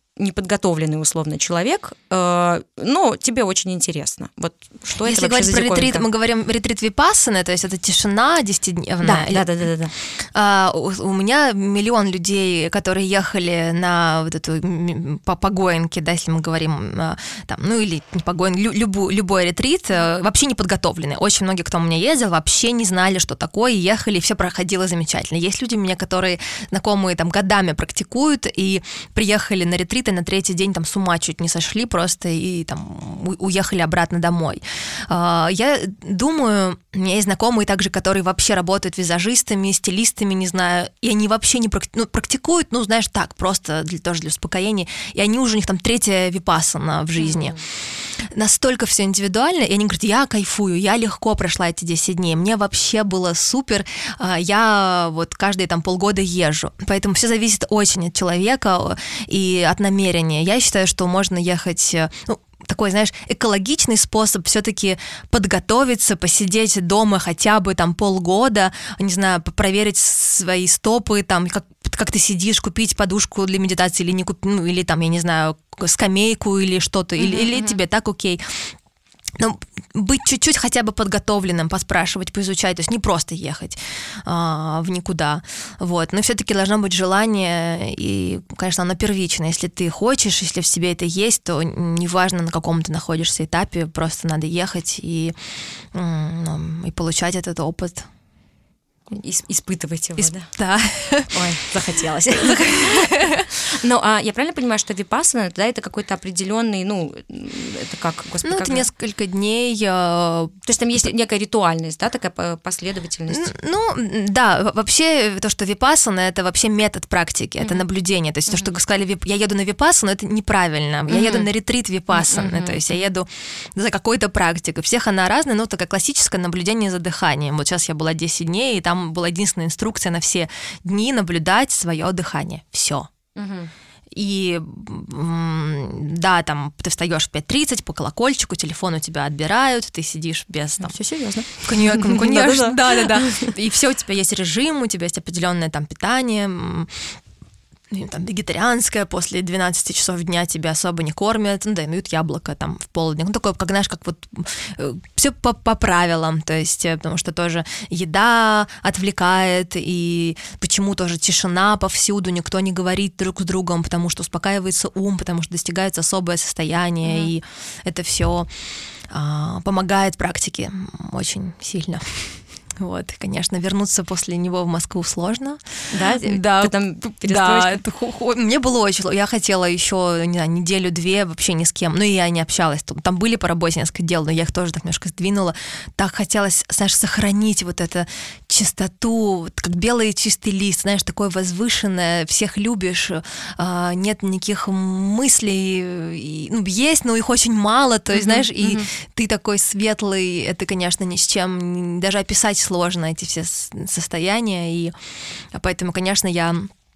A: неподготовленный условно человек, э, но тебе очень интересно. Вот что
B: Если
A: это вообще за
B: говорить про ретрит,
A: диковинка?
B: мы говорим ретрит випассаны, то есть это тишина десятидневная.
A: Да,
B: или...
A: да, да, да, да.
B: А, у, у меня миллион людей, которые ехали на вот эту по погоинке, да, если мы говорим там, ну или не погоин, лю, любой, любой ретрит, вообще не подготовленные. Очень многие, кто у меня ездил, вообще не знали, что такое, ехали, и все проходило замечательно. Есть люди у меня, которые знакомые там годами практикуют и приехали на ретрит, и на третий день там с ума чуть не сошли просто и там уехали обратно домой. Я думаю, у меня есть знакомые также, которые вообще работают визажистами, стилистами, не знаю, и они вообще не практи- ну, практикуют, ну, знаешь, так, просто для, тоже для успокоения, и они уже, у них там третья випассана в жизни. Mm-hmm. Настолько все индивидуально, и они говорят, я кайфую, я легко прошла эти десять дней, мне вообще было супер, я вот каждые там полгода езжу, поэтому все зависит очень от человека и от намерения. Я считаю, что можно ехать, ну, такой, знаешь, экологичный способ все-таки подготовиться, посидеть дома хотя бы там полгода, не знаю, проверить свои стопы, там, как, как ты сидишь, купить подушку для медитации или не купить, ну, или там, я не знаю, скамейку или что-то, mm-hmm, или, или mm-hmm. тебе так окей. Ну, быть чуть-чуть хотя бы подготовленным, поспрашивать, поизучать, то есть не просто ехать а, в никуда, вот, но все-таки должно быть желание, и, конечно, оно первичное, если ты хочешь, если в себе это есть, то неважно, на каком ты находишься этапе, просто надо ехать и, ну, и получать этот опыт.
A: Ис- испытывать его,
B: Исп...
A: да?
B: Да.
A: Ой, захотелось. Ну, а я правильно понимаю, что випассана, да, это какой-то определенный, ну, это как, господи,
B: ну,
A: как...
B: это несколько дней.
A: То есть там есть некая ритуальность, да, такая последовательность?
B: Ну, да, вообще то, что випассана, это вообще метод практики, это mm-hmm. наблюдение. То есть mm-hmm. то, что сказали, я еду на випассану, это неправильно. Mm-hmm. Я еду на ретрит випассаны, mm-hmm. то есть я еду за какой-то практикой. Всех она разная, но такое классическое наблюдение за дыханием. Вот сейчас я была десять дней, и там была единственная инструкция на все дни наблюдать свое дыхание. Все. Mm-hmm. И да, там ты встаешь в пять тридцать, по колокольчику, телефон у тебя отбирают, ты сидишь без... Там...
A: Все серьезно.
B: Конечно, конечно, да-да-да. И все, у тебя есть режим, у тебя есть определенное там питание, там, вегетарианское, после двенадцати часов дня тебя особо не кормят, ну, дают яблоко там в полдень, ну, такое, как, знаешь, как вот все по, по правилам, то есть, потому что тоже еда отвлекает, и почему тоже тишина повсюду, никто не говорит друг с другом, потому что успокаивается ум, потому что достигается особое состояние, mm-hmm. и это все а, помогает практике очень сильно. Вот, конечно, вернуться после него в Москву сложно.
A: Да,
B: да,
A: потом
B: да, это, мне было очень сложно. Я хотела еще, не знаю, неделю-две вообще ни с кем, ну и я не общалась. Там были по работе несколько дел, но я их тоже так немножко сдвинула. Так хотелось, знаешь, сохранить вот эту чистоту, как белый чистый лист, знаешь, такое возвышенное, всех любишь, нет никаких мыслей, ну, есть, но их очень мало, то есть, mm-hmm, знаешь, mm-hmm. и ты такой светлый, это, конечно, ни с чем, даже описать сложно эти все состояния, и поэтому, конечно, я...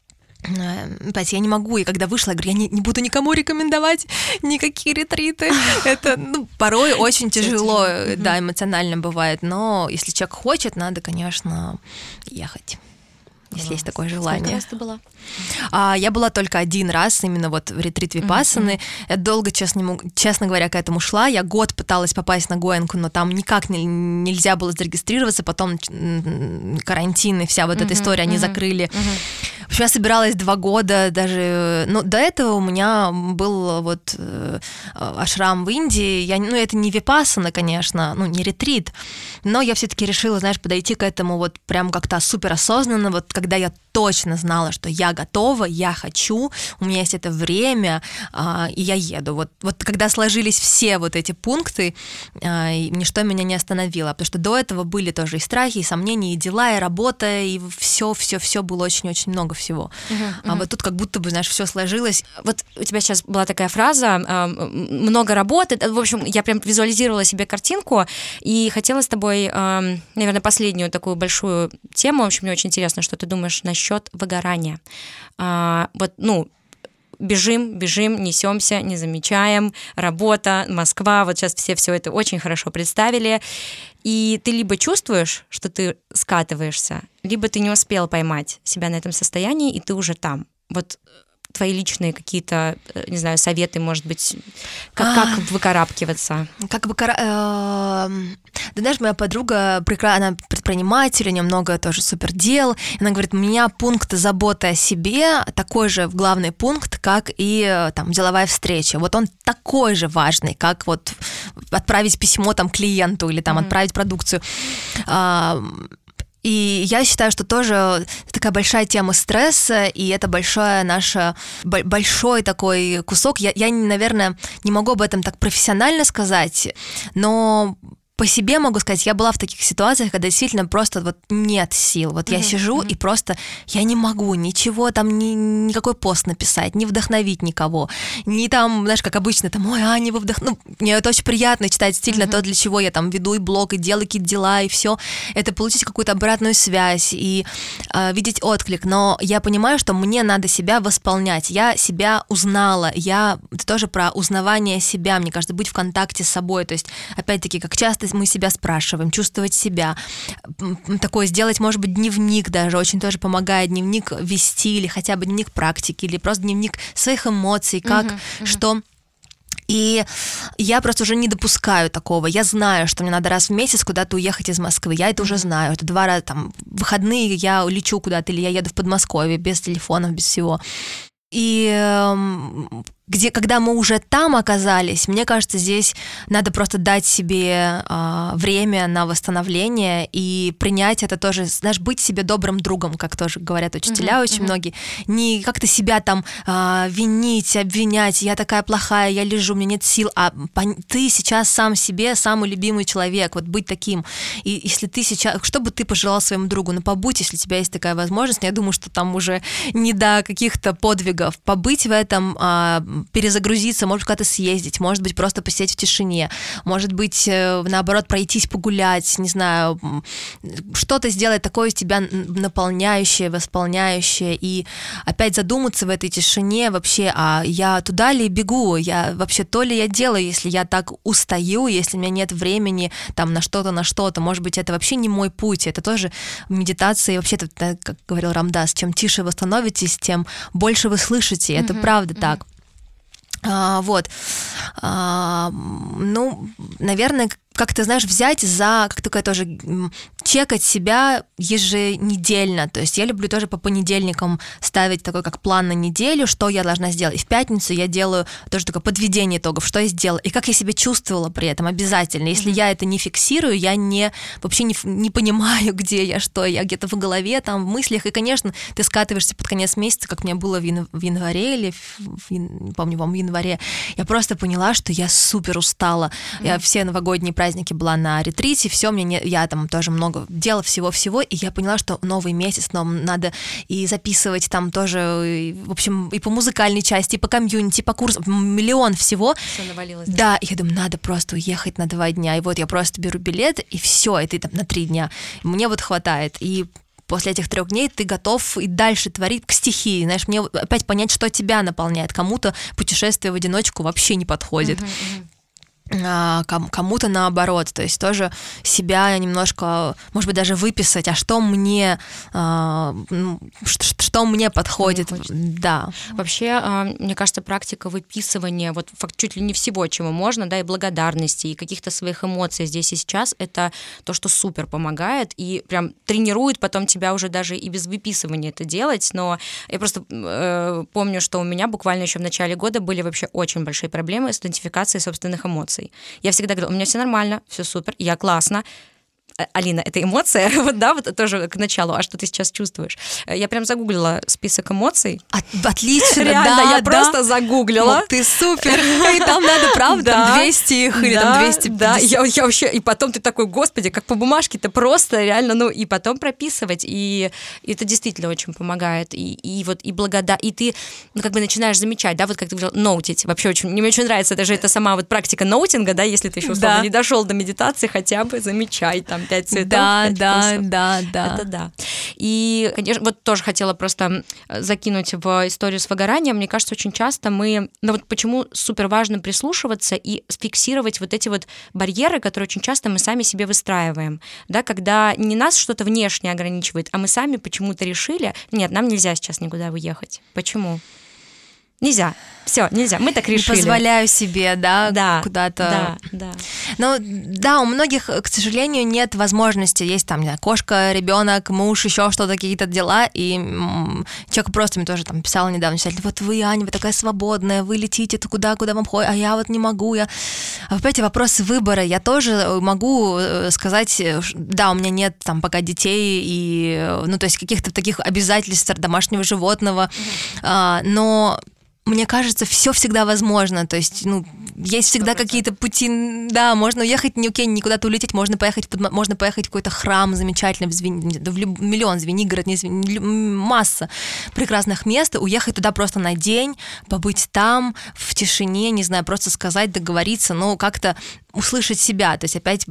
B: я не могу, и когда вышла, я говорю, я не, не буду никому рекомендовать никакие ретриты. Это, ну, порой очень тяжело, да, эмоционально бывает, но если человек хочет, надо, конечно, ехать. Если есть такое желание.
A: Сколько раз ты была?
B: А, я была только один раз, именно вот в ретрит випассаны. Mm-hmm. Я долго, честно, честно говоря, к этому шла. Я год пыталась попасть на Гоэнку, но там никак не, нельзя было зарегистрироваться. Потом карантин и вся вот mm-hmm. эта история, они mm-hmm. закрыли. Mm-hmm. В общем, я собиралась два года даже... Но до этого у меня был вот э, ашрам в Индии. Я, ну, это не випассана, конечно, ну, не ретрит, но я все-таки решила, знаешь, подойти к этому вот прям как-то суперосознанно, вот когда я точно знала, что я готова, я хочу, у меня есть это время, э, и я еду. Вот, вот когда сложились все вот эти пункты, э, ничто меня не остановило, потому что до этого были тоже и страхи, и сомнения, и дела, и работа, и все-все-все было очень-очень много всего. Uh-huh, uh-huh. А вот тут как будто бы, знаешь, все сложилось.
A: Вот у тебя сейчас была такая фраза э, «много работы». В общем, я прям визуализировала себе картинку и хотела с тобой, э, наверное, последнюю такую большую тему. В общем, мне очень интересно, что ты думаешь насчет выгорания. А, вот, ну, бежим, бежим, несемся, не замечаем, работа, Москва, вот сейчас все все это очень хорошо представили, и ты либо чувствуешь, что ты скатываешься, либо ты не успел поймать себя на этом состоянии, и ты уже там. Вот твои личные какие-то, не знаю, советы, может быть, как, как выкарабкиваться?
B: Как бы... Да знаешь, моя подруга, она предприниматель, у нее много тоже супер дел. Она говорит, у меня пункт заботы о себе такой же главный пункт, как и там деловая встреча. Вот он такой же важный, как вот отправить письмо там клиенту или там mm-hmm. отправить продукцию. И я считаю, что тоже такая большая тема стресса, и это большой наш, большой такой кусок. Я, я, наверное, не могу об этом так профессионально сказать, но по себе могу сказать, я была в таких ситуациях, когда действительно просто вот нет сил. Вот mm-hmm. я сижу mm-hmm. и просто я не могу ничего там, ни, никакой пост написать, не вдохновить никого, не там, знаешь, как обычно, там, ой, Аня, вы вдох... Ну, мне это очень приятно читать стильно mm-hmm. то, для чего я там веду и блог, и делаю какие-то дела, и все. Это получить какую-то обратную связь и э, видеть отклик. Но я понимаю, что мне надо себя восполнять. Я себя узнала. Я... Это тоже про узнавание себя, мне кажется, быть в контакте с собой. То есть, опять-таки, как часто мы себя спрашиваем, чувствовать себя, такое сделать, может быть, дневник даже, очень тоже помогает дневник вести, или хотя бы дневник практики, или просто дневник своих эмоций, как, uh-huh, uh-huh. что... И я просто уже не допускаю такого. Я знаю, что мне надо раз в месяц куда-то уехать из Москвы. Я это уже знаю. Это два раза, там, в выходные я лечу куда-то, или я еду в Подмосковье, без телефонов, без всего. И где, когда мы уже там оказались, мне кажется, здесь надо просто дать себе э, время на восстановление и принять это тоже, знаешь, быть себе добрым другом, как тоже говорят учителя uh-huh, очень uh-huh. многие. Не как-то себя там э, винить, обвинять, я такая плохая, я лежу, у меня нет сил, а пон- ты сейчас сам себе самый любимый человек, вот быть таким. И если ты сейчас, что бы ты пожелал своему другу, ну побудь, если у тебя есть такая возможность, я думаю, что там уже не до каких-то подвигов, побыть в этом, э, перезагрузиться, может куда-то съездить, может быть, просто посидеть в тишине, может быть, наоборот, пройтись, погулять, не знаю, что-то сделать такое из тебя наполняющее, восполняющее, и опять задуматься в этой тишине вообще, а я туда ли бегу, я вообще то ли я делаю, если я так устаю, если у меня нет времени там на что-то, на что-то, может быть, это вообще не мой путь, это тоже медитация, и вообще-то, как говорил Рамдас, чем тише вы становитесь, тем больше вы слышите, это mm-hmm. правда mm-hmm. так. А, вот, а, ну, наверное, как ты знаешь, взять за, как такое тоже, чекать себя еженедельно, то есть я люблю тоже по понедельникам ставить такой как план на неделю, что я должна сделать, и в пятницу я делаю тоже такое подведение итогов, что я сделала, и как я себя чувствовала при этом обязательно, если mm-hmm. я это не фиксирую, я не, вообще не, не понимаю, где я, что я, где-то в голове, там, в мыслях, и, конечно, ты скатываешься под конец месяца, как у меня было в, ян- в январе, или, в, не помню, по-моему, в январе, я просто поняла, что я супер устала, mm-hmm. я все новогодние праздники была на ретрите, все, мне не, я там тоже много дела, всего-всего, и я поняла, что новый месяц, нам надо и записывать там тоже, и, в общем, и по музыкальной части, и по комьюнити, и по курсам, миллион всего.
A: Все навалилось.
B: Да, и я думаю, надо просто уехать на два дня, и вот я просто беру билет, и все, и ты там на три дня. Мне вот хватает, и после этих трех дней ты готов и дальше творить к стихии, знаешь, мне опять понять, что тебя наполняет. Кому-то путешествие в одиночку вообще не подходит. Uh-huh, uh-huh. Кому-то наоборот, то есть тоже себя немножко, может быть, даже выписать, а что мне, что мне подходит, да.
A: Вообще, мне кажется, практика выписывания вот чуть ли не всего, чего можно, да, и благодарности, и каких-то своих эмоций здесь и сейчас, это то, что супер помогает и прям тренирует потом тебя уже даже и без выписывания это делать, но я просто э, помню, что у меня буквально еще в начале года были вообще очень большие проблемы с идентификацией собственных эмоций. Я всегда говорила, у меня все нормально, все супер, я классно. Алина, это эмоция, вот, да, вот тоже к началу, а что ты сейчас чувствуешь? Я прям загуглила список эмоций.
B: От, отлично,
A: реально,
B: да,
A: я да. просто загуглила.
B: Ну, ты супер, и там надо, правда, да, двести их, или
A: да,
B: там двести пятьдесят.
A: Да, я, я вообще, и потом ты такой, господи, как по бумажке-то просто реально, ну, и потом прописывать, и, и это действительно очень помогает, и, и вот, и благода, и ты, ну, как бы начинаешь замечать, да, вот как ты говорил, ноутить, вообще очень, мне очень нравится, даже это сама вот практика ноутинга, да, если ты еще, условно, да. не дошел до медитации, хотя бы замечай, там, пять цветов,
B: да,
A: пять
B: да,
A: вкусов.
B: да, да.
A: Это да. И, конечно, вот тоже хотела просто закинуть в историю с выгоранием. Мне кажется, очень часто мы... Ну вот почему супер важно прислушиваться и фиксировать вот эти вот барьеры, которые очень часто мы сами себе выстраиваем. Да, когда не нас что-то внешне ограничивает, а мы сами почему-то решили, нет, нам нельзя сейчас никуда уехать. Почему? Нельзя. Все, нельзя. Мы так решили.
B: Не позволяю себе, да,
A: да
B: куда-то.
A: Да, да.
B: Ну, да, у многих, к сожалению, нет возможности. Есть там, не знаю, кошка, ребенок, муж, еще что-то, какие-то дела. И м- человек просто мне тоже там писал недавно, вот вы, Аня, вы такая свободная, вы летите туда, куда вам ходит, а я вот не могу. Я... А опять вопросы выбора. Я тоже могу сказать, да, у меня нет там пока детей, и, ну, то есть каких-то таких обязательств домашнего животного, mm-hmm. а, но... Мне кажется, все всегда возможно, то есть, ну, есть всегда сто процентов какие-то пути, да, можно уехать, не окей, никуда-то улететь, можно поехать, можно поехать в какой-то храм замечательный, в, Звени, в миллион, Звенигород, не Звени, масса прекрасных мест, уехать туда просто на день, побыть там, в тишине, не знаю, просто сказать, договориться, ну, как-то услышать себя, то есть опять...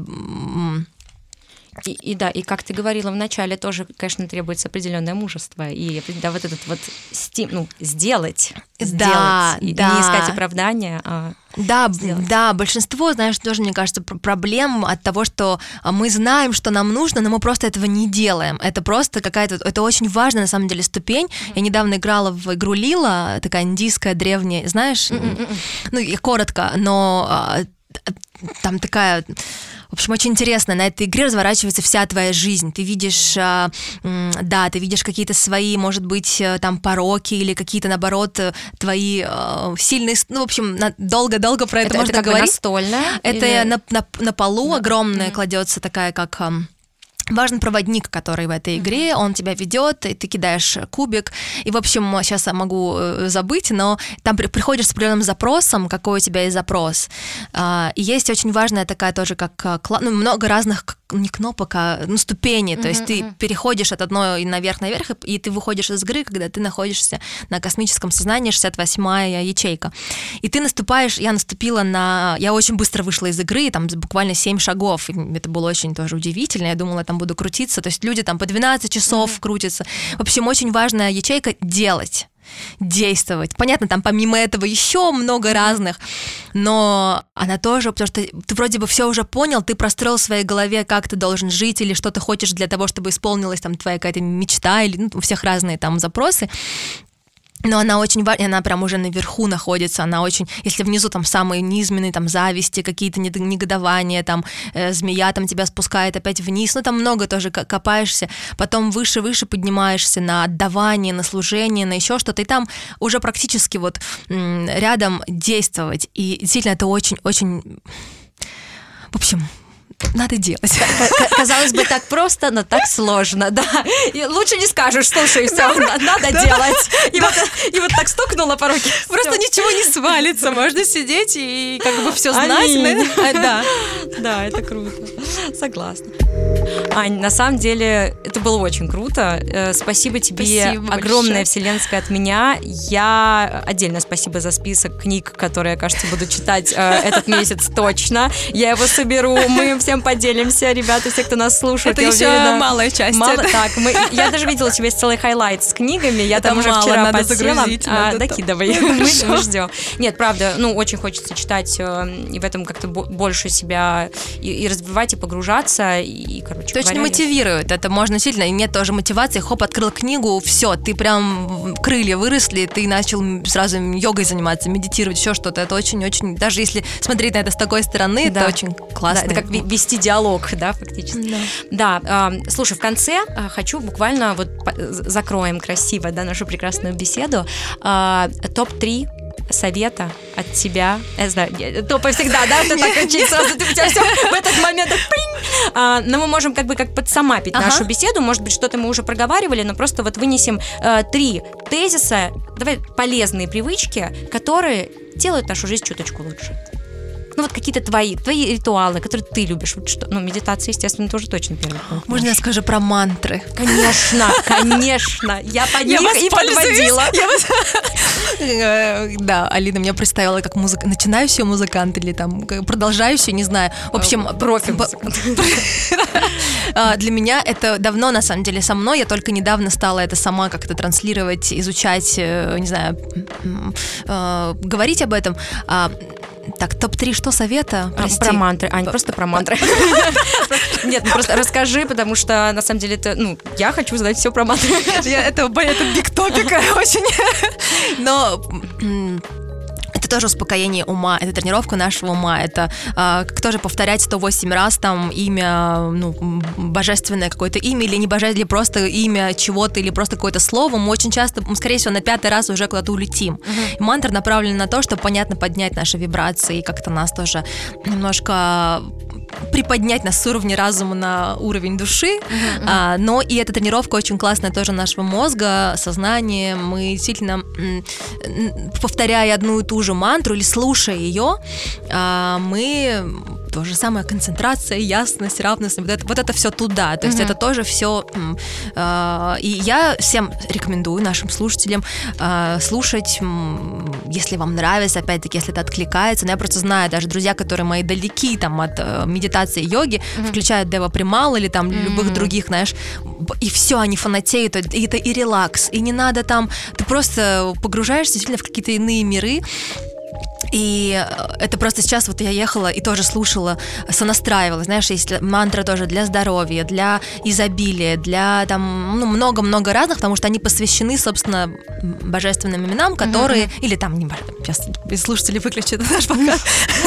A: И, и да, и как ты говорила в начале, тоже, конечно, требуется определенное мужество, и да, вот этот вот стим, ну, сделать,
B: да,
A: сделать, и
B: да.
A: не искать оправдания, а
B: да,
A: сделать.
B: Да, большинство, знаешь, тоже, мне кажется, проблем от того, что мы знаем, что нам нужно, но мы просто этого не делаем. Это просто какая-то, это очень важная, на самом деле, ступень. Mm-hmm. Я недавно играла в игру Лила, такая индийская, древняя, знаешь, mm-hmm. ну, и коротко, но там такая... В общем, очень интересно, на этой игре разворачивается вся твоя жизнь. Ты видишь, да, ты видишь какие-то свои, может быть, там пороки или какие-то, наоборот, твои сильные... Ну, в общем, долго-долго про это, это можно
A: это как
B: говорить.
A: Настольная?
B: Это
A: или...
B: на, на, на полу да. огромная mm-hmm. кладется такая, как... Важен проводник, который в этой игре, mm-hmm. он тебя ведет, и ты кидаешь кубик. И, в общем, сейчас я могу забыть, но там при, приходишь с определенным запросом, какой у тебя есть запрос. И есть очень важная такая тоже, как ну, много разных, не кнопок, а ну, ступеней. Mm-hmm. То есть ты переходишь от одной наверх-наверх, и ты выходишь из игры, когда ты находишься на космическом сознании, шестьдесят восьмая ячейка. И ты наступаешь, я наступила на... Я очень быстро вышла из игры, там буквально семь шагов. И это было очень тоже удивительно. Я думала, там буду крутиться, то есть люди там по двенадцать часов mm-hmm. крутятся. В общем, очень важная ячейка — делать, действовать. Понятно, там помимо этого еще много разных, но она тоже, потому что ты вроде бы все уже понял, ты простроил в своей голове, как ты должен жить или что ты хочешь для того, чтобы исполнилась там твоя какая-то мечта, или ну, у всех разные там запросы. Но она очень важная, она прям уже наверху находится, она очень, если внизу там самые низменные, там зависти, какие-то негодования, там э, змея там тебя спускает опять вниз, ну там много тоже копаешься, потом выше-выше поднимаешься на отдавание, на служение, на еще что-то, и там уже практически вот м- рядом действовать, и действительно это очень-очень, в общем... Надо делать.
A: Казалось бы, так просто, но так сложно, да. И лучше не скажешь, слушай, все, да, надо да, делать. И, да. вот, и вот так стукнула по руке.
B: Просто всё. Ничего не свалится, можно сидеть и как бы все знать.
A: Да. Да, это круто. Согласна. Ань, на самом деле, это было очень круто. Спасибо тебе спасибо огромное большое. Вселенское от меня. Я отдельно спасибо за список книг, которые, кажется, буду читать этот месяц точно. Я его соберу, мы всем поделимся, ребята, все, кто нас слушает.
B: Это еще уверена, малая часть.
A: Мало, так, мы, я даже видела себе целый хайлайт с книгами, я это там уже мало, вчера подсела. А, докидывай, ну, мы ждем. Нет, правда, ну, очень хочется читать и в этом как-то больше себя и, и развивать, и погружаться, и, короче,
B: точно говоря, мотивирует, это можно сильно, и нет тоже мотивации, хоп, открыл книгу, все, ты прям, крылья выросли, ты начал сразу йогой заниматься, медитировать, еще что-то, это очень-очень, даже если смотреть на это с такой стороны, да. Это очень классно.
A: Да, это как вести диалог, да, фактически. Да, да э, слушай, в конце э, хочу буквально вот по- закроем красиво, да, нашу прекрасную беседу. Э, топ три совета от тебя. Я знаю, топы всегда, да, ты так очень сразу, ты у тебя все в этот момент а, но мы можем как бы как подсамапить ага. нашу беседу, может быть, что-то мы уже проговаривали, но просто вот вынесем э, три тезиса, давай, полезные привычки, которые делают нашу жизнь чуточку лучше. Ну вот какие-то твои, твои ритуалы, которые ты любишь. Вот что, ну, медитация, естественно, тоже точно первый пункт.
B: Можно я скажу про мантры?
A: Конечно, конечно. Я под них и подводила.
B: Да, Алина меня представила как музыка, начинающая музыкант или там продолжающая, не знаю. В общем,
A: профи.
B: Для меня это давно, на самом деле, со мной. Я только недавно стала это сама как-то транслировать, изучать, не знаю, говорить об этом. Так, топ три что совета?
A: Прости. Про мантры. Ань, просто про мантры. Нет, ну просто расскажи, потому что на самом деле это, ну, я хочу знать все про мантры.
B: Это биг топик очень. Но это тоже успокоение ума, это тренировка нашего ума, это э, тоже повторять сто восемь раз там имя, ну, божественное какое-то имя, или не божественное, или просто имя чего-то, или просто какое-то слово. Мы очень часто, скорее всего, на пятый раз уже куда-то улетим. Uh-huh. И мантра направлена на то, чтобы, понятно, поднять наши вибрации, и как-то нас тоже немножко приподнять нас с уровня разума на уровень души, uh-huh. а, но и эта тренировка очень классная тоже нашего мозга, сознания. Мы действительно, повторяя одну и ту же мантру или слушая ее, а, мы... То же самое концентрация, ясность, равность, вот это, вот это все туда. То есть uh-huh. это тоже все. Э, и я всем рекомендую, нашим слушателям, э, слушать, если вам нравится, опять-таки, если это откликается. Но я просто знаю, даже друзья, которые мои далеки там, от э, медитации и йоги, uh-huh. включают Дева Примал или там uh-huh. любых других, знаешь, и все, они фанатеют, и это и релакс, и не надо там, ты просто погружаешься действительно в какие-то иные миры. И это просто сейчас вот я ехала и тоже слушала, сонастраивала, знаешь, есть мантра тоже для здоровья, для изобилия, для там, ну, много-много разных, потому что они посвящены, собственно, божественным именам, которые, mm-hmm. или там, не сейчас слушатели выключат наш подкаст,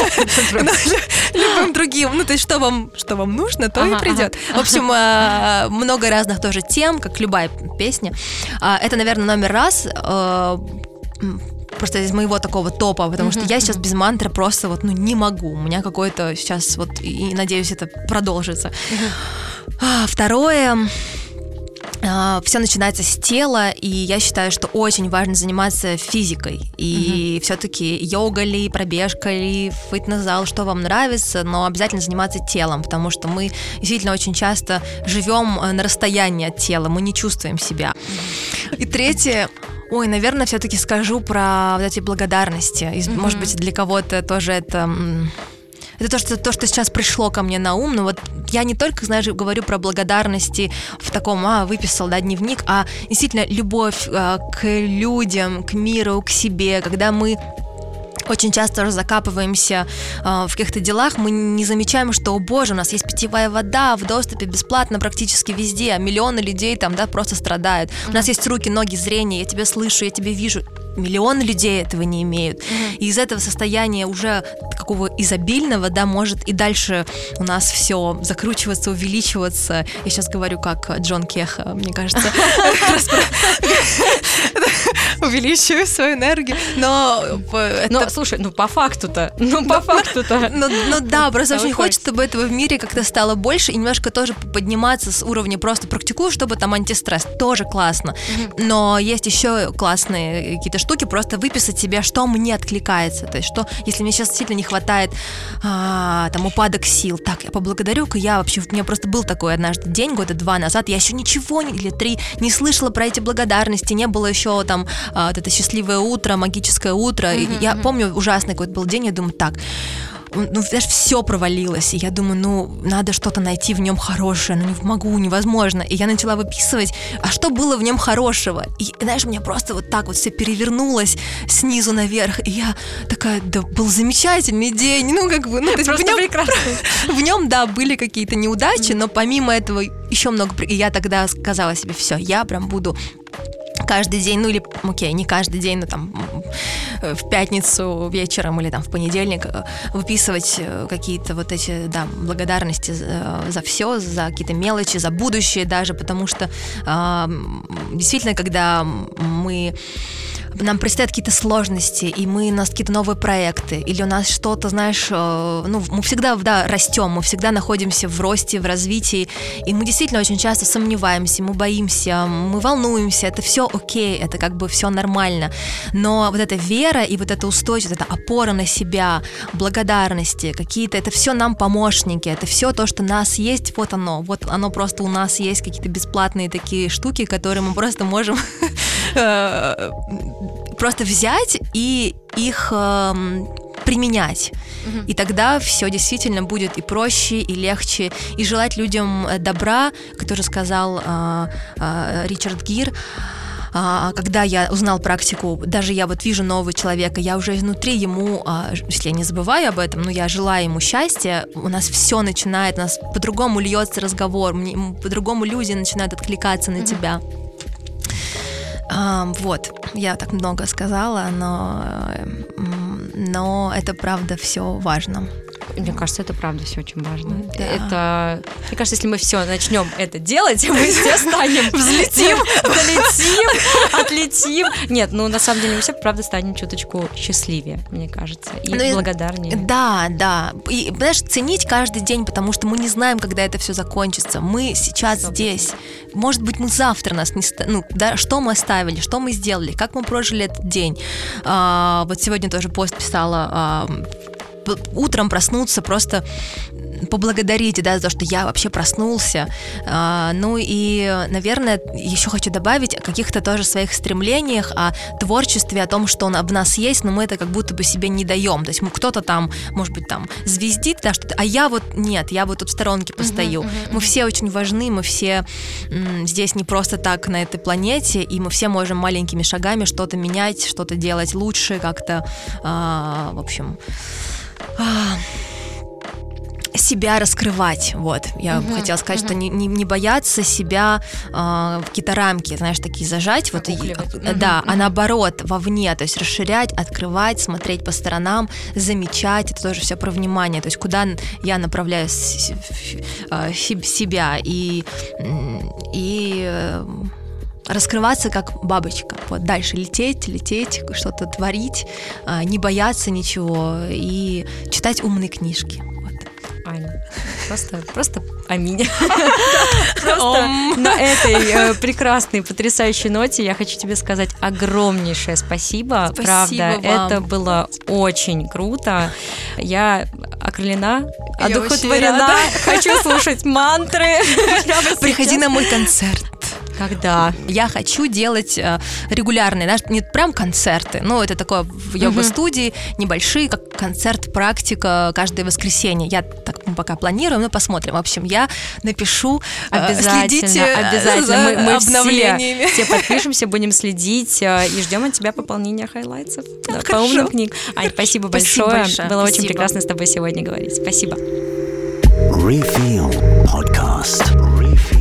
B: любым другим, ну, то есть что вам, что вам нужно, то и придет. В общем, много разных тоже тем, как любая песня. Это, наверное, номер раз, просто из моего такого топа, потому mm-hmm. что я сейчас без мантры просто вот, ну, не могу. У меня какое-то сейчас вот, и надеюсь, это продолжится. Mm-hmm. А, второе, а, все начинается с тела, и я считаю, что очень важно заниматься физикой. И mm-hmm. все-таки йога ли, пробежка ли, фитнес-зал, что вам нравится, но обязательно заниматься телом, потому что мы действительно очень часто живем на расстоянии от тела, мы не чувствуем себя. Mm-hmm. И третье... Ой, наверное, все-таки скажу про вот эти благодарности. Mm-hmm. Может быть, для кого-то тоже это... Это то что, то, что сейчас пришло ко мне на ум, но вот я не только, знаешь, говорю про благодарности в таком, а, выписал, да, дневник, а действительно любовь а, к людям, к миру, к себе, когда мы очень часто уже закапываемся э, в каких-то делах, мы не замечаем, что, о боже, у нас есть питьевая вода в доступе бесплатно практически везде, а миллионы людей там, да, просто страдают. Mm-hmm. У нас есть руки, ноги, зрение, я тебя слышу, я тебя вижу. Миллионы людей этого не имеют. Mm-hmm. И из этого состояния уже такого изобильного, да, может и дальше у нас все закручиваться, увеличиваться. Я сейчас говорю как Джон Кех, мне кажется. Увеличиваю свою энергию. Но...
A: Слушай, ну по факту-то, ну по факту-то.
B: Ну да, просто очень хочется, чтобы этого в мире как-то стало больше и немножко тоже подниматься с уровня просто практикую, чтобы там антистресс. Тоже классно. Но есть еще классные какие-то штуки, просто выписать себе, что мне откликается. То есть, что, если мне сейчас действительно не хватает а, там упадок сил, так, я поблагодарю-ка, я вообще, у меня просто был такой однажды день, года два назад, я еще ничего или три не слышала про эти благодарности, не было еще там а, вот это счастливое утро, магическое утро. Mm-hmm, я mm-hmm. помню, ужасный какой-то был день, я думаю, так, ну, знаешь, все провалилось, и я думаю, ну, надо что-то найти в нем хорошее, ну, не могу, невозможно, и я начала выписывать, а что было в нем хорошего, и, знаешь, у меня просто вот так вот все перевернулось снизу наверх, и я такая, да, был замечательный день, ну, как бы, ну, то есть
A: просто
B: в нем,
A: прекрасно.
B: В нем, да, были какие-то неудачи, но помимо этого еще много, и я тогда сказала себе, все, я прям буду каждый день, ну или, окей, не каждый день, но там в пятницу вечером или там в понедельник выписывать какие-то вот эти, да, благодарности за, за все, за какие-то мелочи, за будущее даже, потому что э, действительно, когда мы нам предстоят какие-то сложности, и мы, у нас какие-то новые проекты, или у нас что-то, знаешь, э, ну, мы всегда, да, растем, мы всегда находимся в росте, в развитии, и мы действительно очень часто сомневаемся, мы боимся, мы волнуемся, это все окей, это как бы все нормально, но вот эта вера и вот эта устойчивость, эта опора на себя, благодарности, какие-то, это все нам помощники, это все то, что у нас есть, вот оно, вот оно просто у нас есть, какие-то бесплатные такие штуки, которые мы просто можем просто взять и их э, применять. Mm-hmm. И тогда все действительно будет и проще, и легче. И желать людям добра, который сказал э, э, Ричард Гир, когда я узнал практику, даже я вот вижу нового человека, я уже изнутри ему, если я не забываю об этом, но я желаю ему счастья, у нас все начинает, у нас по-другому льется разговор, по-другому люди начинают откликаться на тебя. Вот, я так много сказала, но, но это правда все важно.
A: Мне кажется, это правда все очень важно. Да. Это, мне кажется, если мы все начнем это делать, мы все станем, взлетим, долетим, отлетим. Нет, ну на самом деле мы все, правда, станем чуточку счастливее, мне кажется, и ну, благодарнее.
B: Да, да. И, знаешь, ценить каждый день, потому что мы не знаем, когда это все закончится. Мы сейчас Стоп. здесь. Может быть, мы завтра нас не... Ну, да, что мы оставили, что мы сделали, как мы прожили этот день. А, вот сегодня тоже пост писала... А, утром проснуться, просто поблагодарить, да, за то, что я вообще проснулся. А, ну и, наверное, еще хочу добавить о каких-то тоже своих стремлениях, о творчестве, о том, что он в нас есть, но мы это как будто бы себе не даем. То есть мы, кто-то там, может быть, там звездит, да, что-то, а я вот нет, я вот тут в сторонке постою. Uh-huh, uh-huh, uh-huh. Мы все очень важны, мы все м, здесь не просто так на этой планете, и мы все можем маленькими шагами что-то менять, что-то делать лучше, как-то, а, в общем... себя раскрывать, вот, я угу, хотела сказать, угу. что не, не, не бояться себя э, какие-то рамки, знаешь, такие зажать, вот, и,
A: угу,
B: да,
A: угу.
B: а наоборот, вовне, то есть расширять, открывать, смотреть по сторонам, замечать, это тоже все про внимание, то есть куда я направляю с, э, себя, и, и э, раскрываться как бабочка, вот, дальше лететь, лететь, что-то творить, э, не бояться ничего и читать умные книжки.
A: Аня, просто, просто аминь. Просто на этой прекрасной, потрясающей ноте я хочу тебе сказать огромнейшее спасибо. Правда, это было очень круто. Я окрылена, одухотворена, хочу слушать мантры.
B: Приходи на мой концерт.
A: Когда?
B: Я хочу делать э, регулярные, знаешь, не прям концерты, но это такое в йога-студии, небольшие, как концерт, практика каждое воскресенье. Я так пока планирую, но посмотрим. В общем, я напишу,
A: обязательно,
B: э, следите
A: обязательно.
B: за
A: мы, мы
B: обновлениями.
A: Все, все подпишемся, будем следить э, и ждем от тебя пополнения хайлайтсов да, по умным книгам. Ань, спасибо, спасибо большое. большое. Было спасибо. Очень прекрасно с тобой сегодня говорить. Спасибо.
C: Refill podcast. Refill.